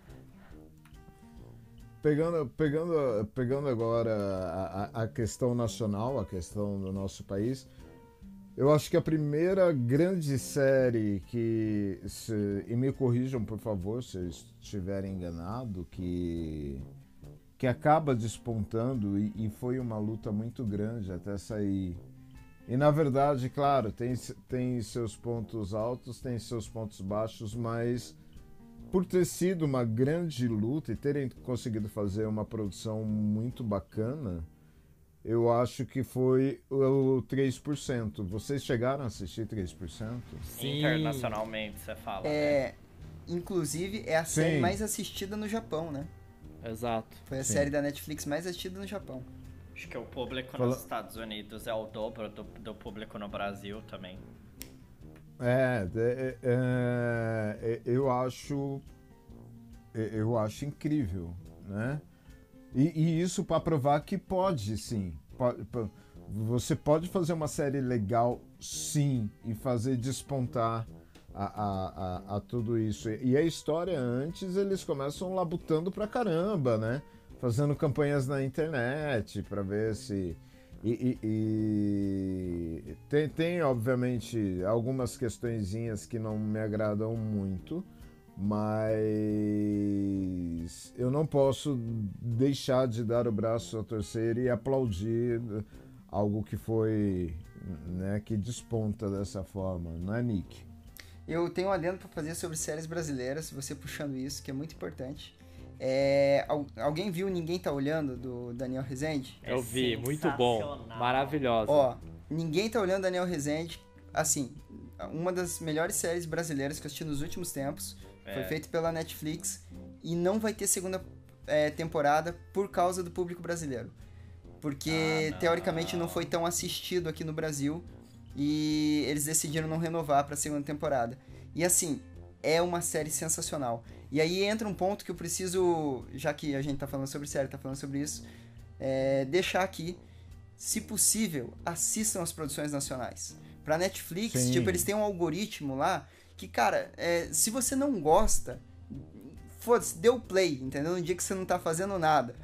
Pegando, pegando, pegando agora a, a questão nacional, a questão do nosso país, eu acho que a primeira grande série que, se, e me corrijam por favor se eu estiver enganado, que, que acaba despontando e, e foi uma luta muito grande até sair. E na verdade, claro, tem, tem seus pontos altos, tem seus pontos baixos, mas... por ter sido uma grande luta e terem conseguido fazer uma produção muito bacana, eu acho que foi o três por cento. Vocês chegaram a assistir três por cento? Sim. Internacionalmente, você fala, é, né? Inclusive, é a Sim. série mais assistida no Japão, né? Exato. Foi a Sim. série da Netflix mais assistida no Japão. Acho que o público Fala... nos Estados Unidos é o dobro do, do público no Brasil também. É, é, é, eu acho eu acho incrível, né? E, e isso para provar que pode, sim. Pode, você pode fazer uma série legal, sim, e fazer despontar a, a, a, a tudo isso. E a história antes, eles começam labutando pra caramba, né? Fazendo campanhas na internet para ver se... E, e, e tem, tem, obviamente, algumas questõezinhas que não me agradam muito, mas eu não posso deixar de dar o braço a torcer e aplaudir algo que foi, né, que desponta dessa forma, não é, Nick? Eu tenho um adendo para fazer sobre séries brasileiras, você puxando isso, que é muito importante. É, alguém viu Ninguém Tá Olhando, do Daniel Rezende? Eu vi, muito bom, maravilhosa. Ó, Ninguém Tá Olhando, Daniel Rezende, assim, uma das melhores séries brasileiras que eu assisti nos últimos tempos, é. Foi feito pela Netflix e não vai ter segunda é, temporada por causa do público brasileiro, porque ah, não. teoricamente não foi tão assistido aqui no Brasil e eles decidiram não renovar para a segunda temporada. E assim, é uma série sensacional. E aí entra um ponto que eu preciso, já que a gente tá falando sobre série, tá falando sobre isso, é, deixar aqui, se possível, assistam as produções nacionais. Pra Netflix, Sim. tipo, eles têm um algoritmo lá que, cara, é, se você não gosta, foda-se, dê o play, entendeu? No dia que você não tá fazendo nada.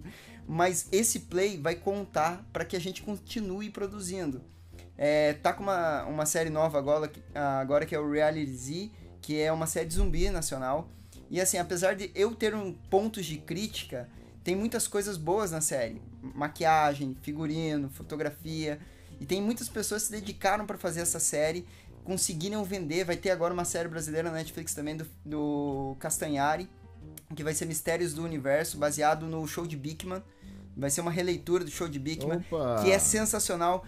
Mas esse play vai contar para que a gente continue produzindo. É, tá com uma, uma série nova agora, agora que é o Reality Z, que é uma série de zumbi nacional. E assim, apesar de eu ter um pontos de crítica, tem muitas coisas boas na série. Maquiagem, figurino, fotografia. E tem muitas pessoas que se dedicaram para fazer essa série, conseguiram vender. Vai ter agora uma série brasileira na Netflix também do, do Castanhari, que vai ser Mistérios do Universo, baseado no Show de Bikman. Vai ser uma releitura do Show de Bikman, Opa. que é sensacional.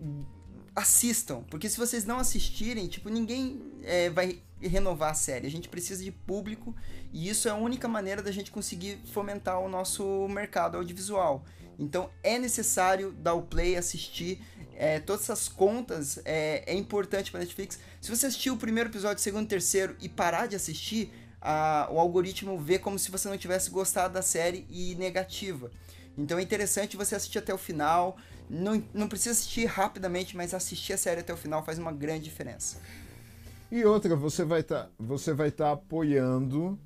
Assistam, porque se vocês não assistirem, tipo, ninguém é, vai renovar a série. A gente precisa de público e isso é a única maneira da gente conseguir fomentar o nosso mercado audiovisual. Então é necessário dar o play, assistir. É, todas essas contas é, é importante para Netflix. Se você assistir o primeiro episódio, segundo, terceiro e parar de assistir, a, o algoritmo vê como se você não tivesse gostado da série e negativa. Então é interessante você assistir até o final. Não, não precisa assistir rapidamente, mas assistir a série até o final faz uma grande diferença. E outra, você vai estar você vai tá apoiando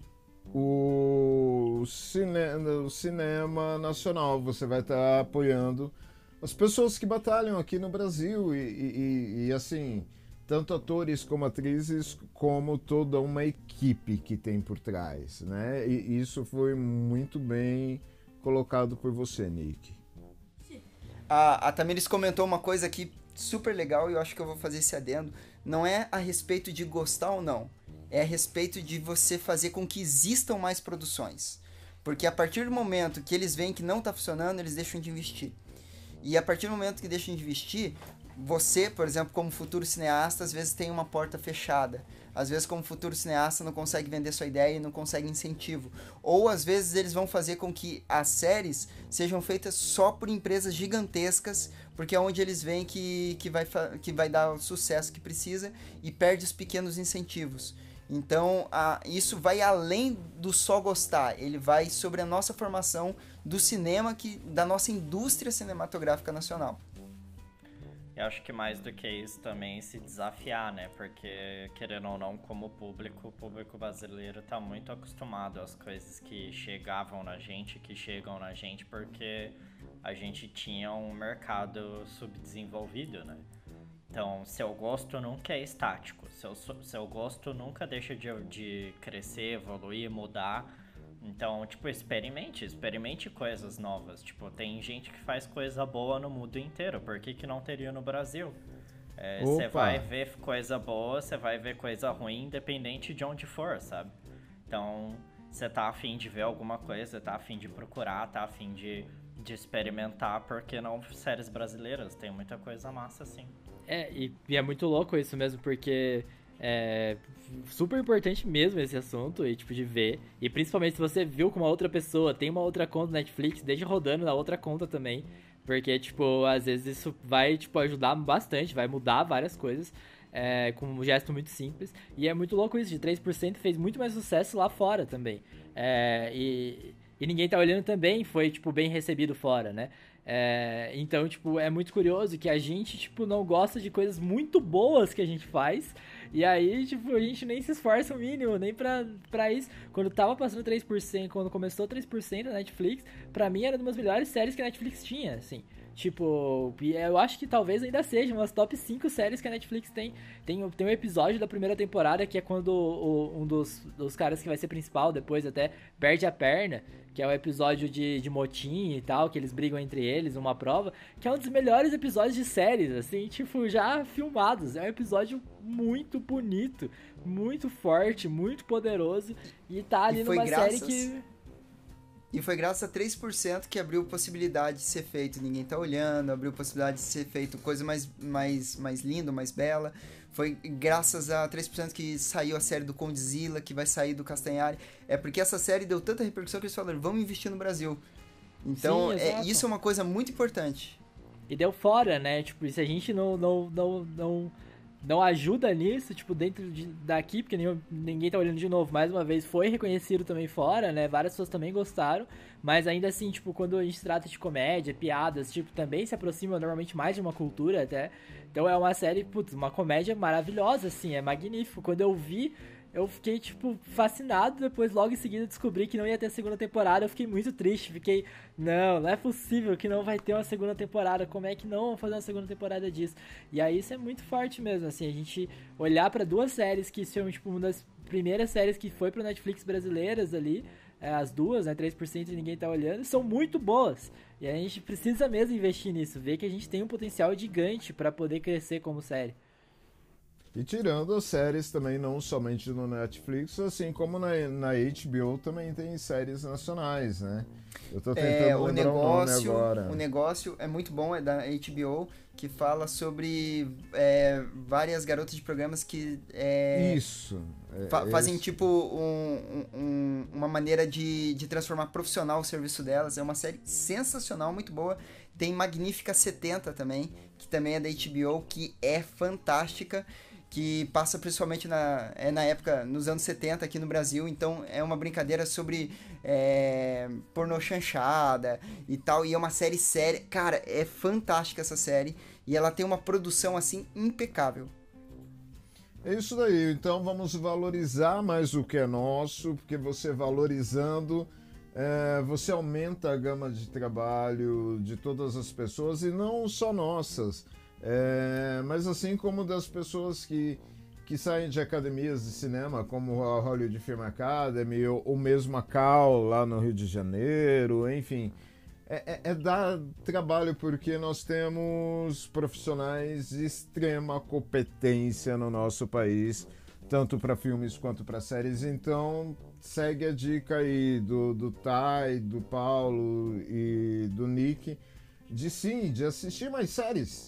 o, cine, o cinema nacional, você vai estar tá apoiando as pessoas que batalham aqui no Brasil e, e, e assim, tanto atores como atrizes, como toda uma equipe que tem por trás, né? E isso foi muito bem colocado por você, Nick. A, a Tamiris comentou uma coisa aqui super legal e eu acho que eu vou fazer esse adendo. Não é a respeito de gostar ou não, é a respeito de você fazer com que existam mais produções. Porque a partir do momento que eles veem que não está funcionando, eles deixam de investir. E a partir do momento que deixam de investir, você, por exemplo, como futuro cineasta, às vezes tem uma porta fechada. Às vezes, como futuro cineasta, não consegue vender sua ideia e não consegue incentivo. Ou, às vezes, eles vão fazer com que as séries sejam feitas só por empresas gigantescas, porque é onde eles veem que, que, vai, que vai dar o sucesso que precisa e perde os pequenos incentivos. Então, a, isso vai além do só gostar. Ele vai sobre a nossa formação do cinema, que, da nossa indústria cinematográfica nacional. Eu acho que mais do que isso também se desafiar, né? Porque, querendo ou não, como público, o público brasileiro tá muito acostumado às coisas que chegavam na gente, que chegam na gente, porque a gente tinha um mercado subdesenvolvido, né? Então, seu gosto nunca é estático, seu, seu gosto nunca deixa de, de crescer, evoluir, mudar. Então, tipo, experimente, experimente coisas novas. Tipo, tem gente que faz coisa boa no mundo inteiro, por que que não teria no Brasil? Você é, vai ver coisa boa, você vai ver coisa ruim, independente de onde for, sabe? Então, você tá afim de ver alguma coisa, tá afim de procurar, tá afim de, de experimentar, porque não séries brasileiras? Tem muita coisa massa, assim. É, e, e é muito louco isso mesmo, porque... É super importante mesmo esse assunto, e tipo, de ver. E principalmente se você viu com uma outra pessoa, tem uma outra conta no Netflix, deixa rodando na outra conta também. Porque, tipo, às vezes isso vai, tipo, ajudar bastante, vai mudar várias coisas. É, com um gesto muito simples. E é muito louco isso, de três por cento fez muito mais sucesso lá fora também. É, e, e Ninguém Tá Olhando também foi, tipo, bem recebido fora, né? É, então, tipo, é muito curioso que a gente, tipo, não gosta de coisas muito boas que a gente faz. E aí, tipo, a gente nem se esforça o mínimo, nem pra, pra isso. Quando tava passando três por cento, quando começou três por cento na Netflix, pra mim era uma das melhores séries que a Netflix tinha, assim. Tipo, eu acho que talvez ainda seja umas top cinco séries que a Netflix tem. Tem, tem um episódio da primeira temporada que é quando o, um dos, dos caras que vai ser principal depois até perde a perna, que é o episódio de, de motim e tal, que eles brigam entre eles, uma prova, que é um dos melhores episódios de séries, assim, tipo, já filmados. É um episódio muito bonito, muito forte, muito poderoso, e tá ali e numa graças... série que... E foi graças a três por cento que abriu possibilidade de ser feito Ninguém Tá Olhando, abriu possibilidade de ser feito coisa mais, mais, mais linda, mais bela. Foi graças a três por cento que saiu a série do Condzilla, que vai sair do Castanhari. É porque essa série deu tanta repercussão que eles falaram, vamos investir no Brasil. Então, Sim, é, isso é uma coisa muito importante. E deu fora, né? Tipo, se a gente não... não, não, não... não ajuda nisso, tipo, dentro de, daqui, porque ninguém, ninguém tá olhando de novo, mais uma vez, foi reconhecido também fora, né, várias pessoas também gostaram, mas ainda assim, tipo, quando a gente trata de comédia, piadas, tipo, também se aproxima normalmente mais de uma cultura até, então é uma série, putz, uma comédia maravilhosa, assim, é magnífico. Quando eu vi, eu fiquei, tipo, fascinado, depois logo em seguida descobri que não ia ter a segunda temporada, eu fiquei muito triste, fiquei, não, não é possível que não vai ter uma segunda temporada, como é que não vão fazer uma segunda temporada disso? E aí isso é muito forte mesmo, assim, a gente olhar pra duas séries que são, tipo, uma das primeiras séries que foi pro Netflix brasileiras ali, é, as duas, né, três por cento e Ninguém Tá Olhando, são muito boas, e a gente precisa mesmo investir nisso, ver que a gente tem um potencial gigante pra poder crescer como série. E tirando as séries também, não somente no Netflix, assim como na, na H B O também tem séries nacionais, né? Eu tô tentando é, o lembrar negócio, o nome agora. O negócio é muito bom, é da H B O, que fala sobre é, várias garotas de programas que... É, isso. É, fa fazem esse. tipo um, um, uma maneira de, de transformar profissional o serviço delas. É uma série sensacional, muito boa. Tem Magnífica setenta também, que também é da H B O, que é fantástica, que passa principalmente na, é na época, nos anos setenta aqui no Brasil, então é uma brincadeira sobre é, pornô chanchada e tal, e é uma série séria, cara, é fantástica essa série, e ela tem uma produção, assim, impecável. É isso daí, então vamos valorizar mais o que é nosso, porque você valorizando, é, você aumenta a gama de trabalho de todas as pessoas, e não só nossas, É, mas assim como das pessoas que, que saem de academias de cinema, como a Hollywood Film Academy, ou, ou mesmo a Cal, lá no Rio de Janeiro, enfim. É, é, é dar trabalho porque nós temos profissionais de extrema competência no nosso país, tanto para filmes quanto para séries. Então, segue a dica aí do, do Tai, do Paulo e do Nick, de sim, de assistir mais séries.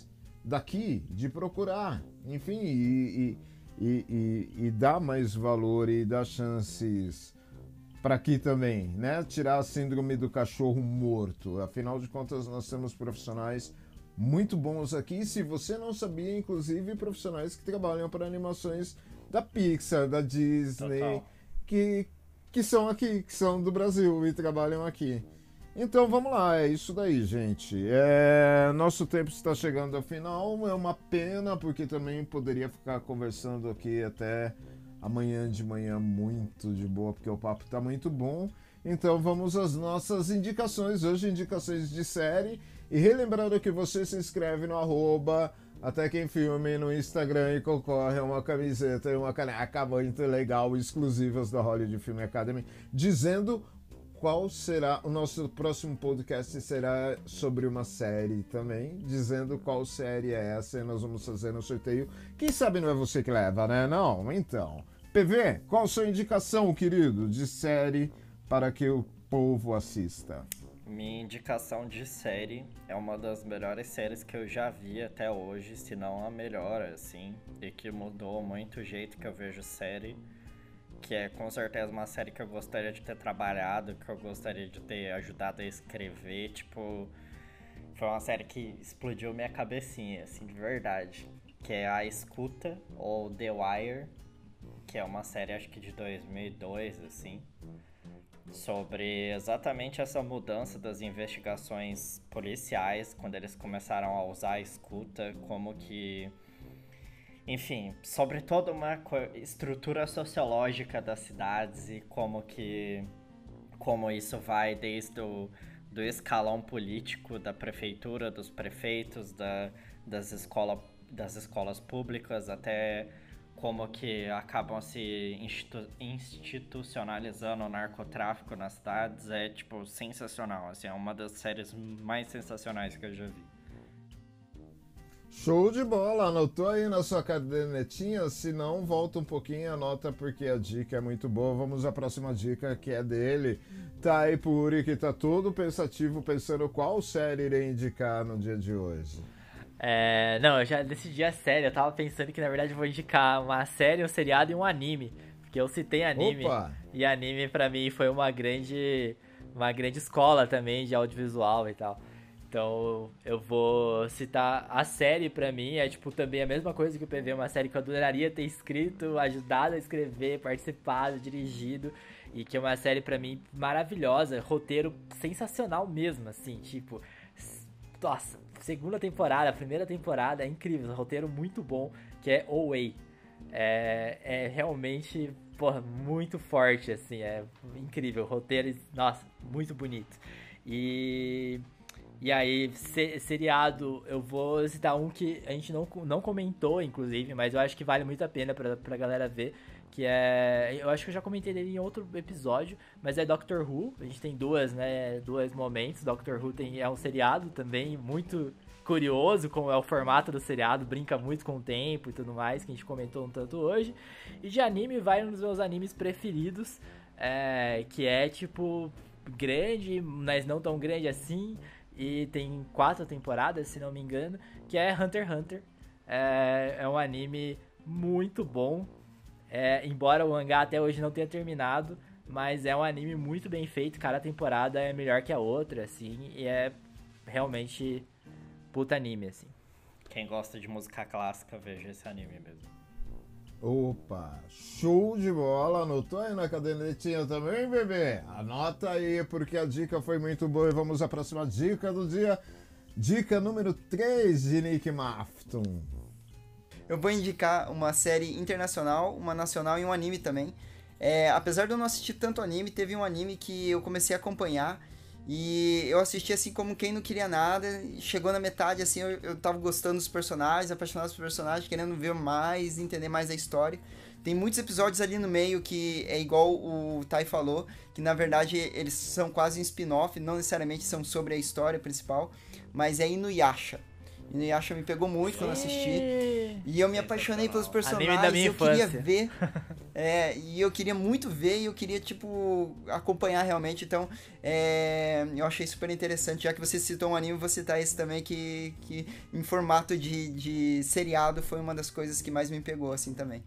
daqui, de procurar, enfim, e, e, e, e, e dar mais valor e dar chances para aqui também, né? Tirar a síndrome do cachorro morto. Afinal de contas, nós temos profissionais muito bons aqui. Se você não sabia, inclusive profissionais que trabalham para animações da Pixar, da Disney, que, que são aqui, que são do Brasil e trabalham aqui. Então vamos lá, é isso daí, gente. É, nosso tempo está chegando ao final, é uma pena, porque também poderia ficar conversando aqui até amanhã de manhã muito de boa, porque o papo está muito bom. Então vamos às nossas indicações, hoje indicações de série. E relembrando que você se inscreve no arroba Até Quem Filme no Instagram e concorre a uma camiseta e uma caneca muito legal, exclusivas da Hollywood Film Academy, dizendo qual será o nosso próximo podcast. Será sobre uma série também, dizendo qual série é essa, e nós vamos fazer um sorteio. Quem sabe não é você que leva, né? Não? Então, P V, qual a sua indicação, querido, de série para que o povo assista? Minha indicação de série é uma das melhores séries que eu já vi até hoje, se não a melhor, assim, e que mudou muito o jeito que eu vejo série, que é com certeza uma série que eu gostaria de ter trabalhado, que eu gostaria de ter ajudado a escrever, tipo, foi uma série que explodiu minha cabecinha, assim, de verdade, que é A Escuta, ou The Wire, que é uma série, acho que de dois mil e dois, assim, sobre exatamente essa mudança das investigações policiais, quando eles começaram a usar a escuta, como que, enfim, sobre toda uma estrutura sociológica das cidades e como que, como isso vai desde o do escalão político, da prefeitura, dos prefeitos, da, das, escola, das escolas públicas, até como que acabam se institu- institucionalizando o narcotráfico nas cidades. É, tipo, sensacional, assim, é uma das séries mais sensacionais que eu já vi. Show de bola, anotou aí na sua cadernetinha? Se não, volta um pouquinho e anota, porque a dica é muito boa. Vamos à próxima dica, que é dele, Taipuri, que tá todo pensativo, pensando qual série irei indicar no dia de hoje. É, não, eu já decidi a série, eu tava pensando que na verdade eu vou indicar uma série, um seriado e um anime, porque eu citei anime. Opa! E anime pra mim foi uma grande, uma grande escola também de audiovisual e tal. Então eu vou citar a série. Pra mim é tipo também a mesma coisa que o P V, uma série que eu adoraria ter escrito, ajudado a escrever, participado, dirigido, e que é uma série pra mim maravilhosa, roteiro sensacional mesmo, assim, tipo, nossa, segunda temporada, primeira temporada é incrível, roteiro muito bom, que é O Way. É, é realmente, porra, muito forte, assim, é incrível, roteiro, nossa, muito bonito. E, e aí, se, seriado, eu vou citar um que a gente não, não comentou, inclusive, mas eu acho que vale muito a pena pra, pra galera ver, que é, eu acho que eu já comentei dele em outro episódio, mas é Doctor Who. A gente tem duas, né, dois momentos. Doctor Who tem, é um seriado também muito curioso, como é o formato do seriado, brinca muito com o tempo e tudo mais, que a gente comentou um tanto hoje. E de anime, vai um dos meus animes preferidos, é, que é, tipo, grande, mas não tão grande assim, e tem quatro temporadas, se não me engano, que é Hunter x Hunter. É, é um anime muito bom. É, embora o mangá até hoje não tenha terminado, mas é um anime muito bem feito, cada temporada é melhor que a outra, assim, e é realmente puta anime, assim. Quem gosta de música clássica, veja esse anime mesmo. Opa, show de bola, anotou aí na cadernetinha também, bebê? Anota aí, porque a dica foi muito boa, e vamos à próxima dica do dia, dica número três de Nick Mafton. Eu vou indicar uma série internacional, uma nacional e um anime também. É, apesar de eu não assistir tanto anime, teve um anime que eu comecei a acompanhar e eu assisti assim como quem não queria nada. Chegou na metade, assim, eu, eu tava gostando dos personagens, apaixonado pelos personagens, querendo ver mais, entender mais a história. Tem muitos episódios ali no meio que é igual o Tai falou, que na verdade eles são quase um spin-off, não necessariamente são sobre a história principal, mas é Inuyasha. Inuyasha me pegou muito quando eu assisti. E eu me apaixonei pelos personagens. Anime da minha eu queria infância. ver. É, e eu queria muito ver e eu queria, tipo, acompanhar realmente. Então, é, eu achei super interessante. Já que você citou um anime, vou citar esse também, que, que em formato de, de seriado foi uma das coisas que mais me pegou, assim, também.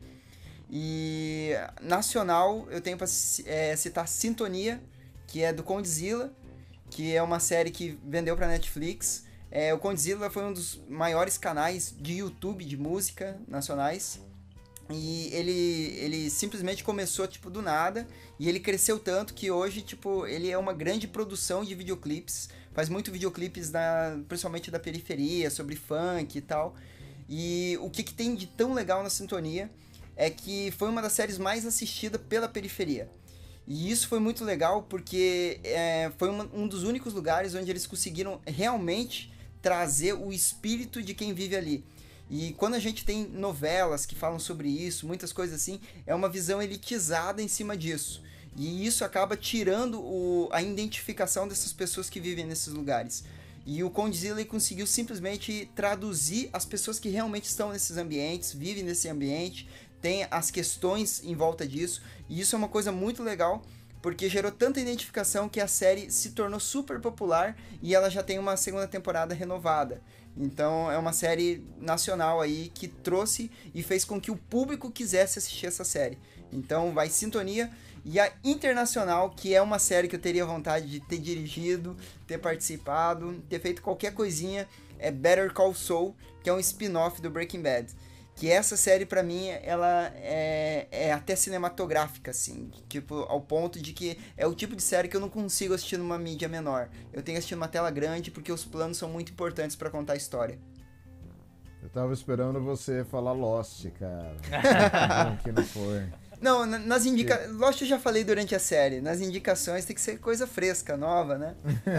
E nacional, eu tenho pra é, citar Sintonia, que é do Condzilla, que é uma série que vendeu pra Netflix. É, o Condzilla foi um dos maiores canais de YouTube de música nacionais. E ele, ele simplesmente começou, tipo, do nada. E ele cresceu tanto que hoje, tipo, ele é uma grande produção de videoclipes. Faz muito videoclipes, da, principalmente da periferia, sobre funk e tal. E o que, que tem de tão legal na Sintonia é que foi uma das séries mais assistidas pela periferia. E isso foi muito legal porque é, foi uma, um dos únicos lugares onde eles conseguiram realmente trazer o espírito de quem vive ali. E quando a gente tem novelas que falam sobre isso, muitas coisas assim, é uma visão elitizada em cima disso. E isso acaba tirando o, a identificação dessas pessoas que vivem nesses lugares. E o Condzilla conseguiu simplesmente traduzir as pessoas que realmente estão nesses ambientes, vivem nesse ambiente, tem as questões em volta disso. E isso é uma coisa muito legal, porque gerou tanta identificação que a série se tornou super popular e ela já tem uma segunda temporada renovada. Então é uma série nacional aí que trouxe e fez com que o público quisesse assistir essa série. Então vai Sintonia. E a Internacional, que é uma série que eu teria vontade de ter dirigido, ter participado, ter feito qualquer coisinha, é Better Call Saul, que é um spin-off do Breaking Bad. Que essa série, pra mim, ela é, é até cinematográfica, assim. Tipo, ao ponto de que é o tipo de série que eu não consigo assistir numa mídia menor. Eu tenho que assistir numa tela grande porque os planos são muito importantes pra contar a história. Eu tava esperando você falar Lost, cara. Não, que não foi. Não, nas indicações... Lost eu já falei durante a série. Nas indicações tem que ser coisa fresca, nova, né?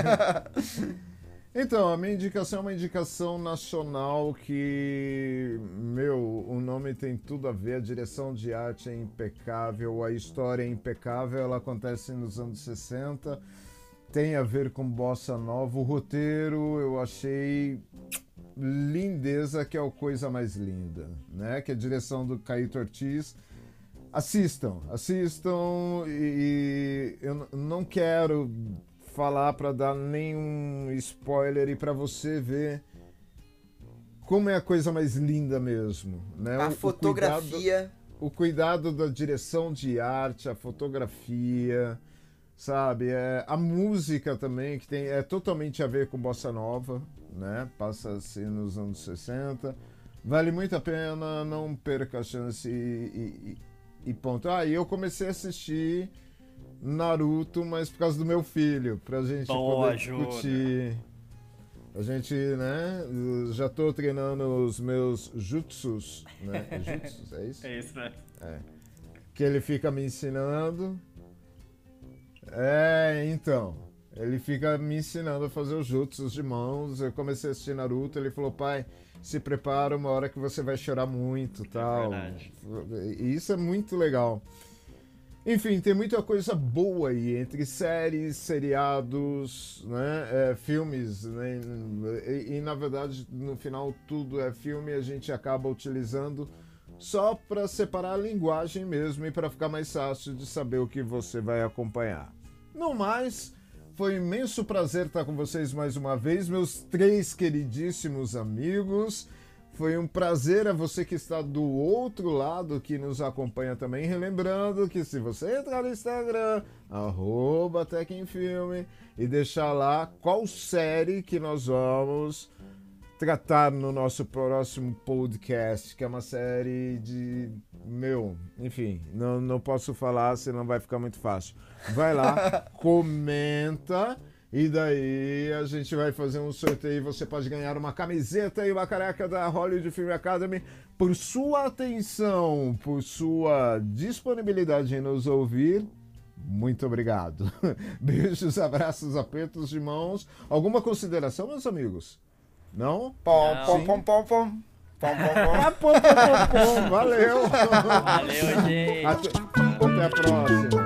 Então, a minha indicação é uma indicação nacional que, meu, o nome tem tudo a ver, a direção de arte é impecável, a história é impecável, ela acontece nos anos sessenta, tem a ver com bossa nova, o roteiro eu achei lindeza, que é a coisa mais linda, né? Que é a direção do Caíto Ortiz. Assistam, assistam e, e eu não quero falar para dar nenhum spoiler e para você ver como é a coisa mais linda mesmo, né? A o, fotografia, o cuidado, o cuidado da direção de arte, a fotografia, sabe? É, a música também, que tem, é totalmente a ver com bossa nova, né? Passa-se nos anos sessenta, vale muito a pena, não perca a chance e, e, e ponto. Ah, e eu comecei a assistir Naruto, mas por causa do meu filho, pra gente Boa, poder discutir. A gente, né, já tô treinando os meus jutsus, né? É jutsus, é isso? É isso, né? É. Que ele fica me ensinando. É, então, ele fica me ensinando a fazer os jutsus de mãos. Eu comecei a assistir Naruto, ele falou: pai, se prepara, uma hora que você vai chorar muito, tal. É verdade. E isso é muito legal. Enfim, tem muita coisa boa aí, entre séries, seriados, né, é, filmes, né, e, e na verdade no final tudo é filme, a gente acaba utilizando só para separar a linguagem mesmo e para ficar mais fácil de saber o que você vai acompanhar. No mais, foi um imenso prazer estar com vocês mais uma vez, meus três queridíssimos amigos. Foi um prazer a você que está do outro lado, que nos acompanha também. Relembrando que se você entrar no Instagram, arroba Tequinfilme, e deixar lá qual série que nós vamos tratar no nosso próximo podcast, que é uma série de... Meu, enfim, não, não posso falar, senão vai ficar muito fácil. Vai lá, comenta... E daí a gente vai fazer um sorteio e você pode ganhar uma camiseta e uma careca da Hollywood Film Academy. Por sua atenção, por sua disponibilidade em nos ouvir, muito obrigado. Beijos, abraços, apertos de mãos. Alguma consideração, meus amigos? Não? Pom, Não. pom, pom, pom, pom. Pom, pom, pom. Ah, pom, pom, pom, pom. Valeu. Valeu, gente. Até, até a próxima.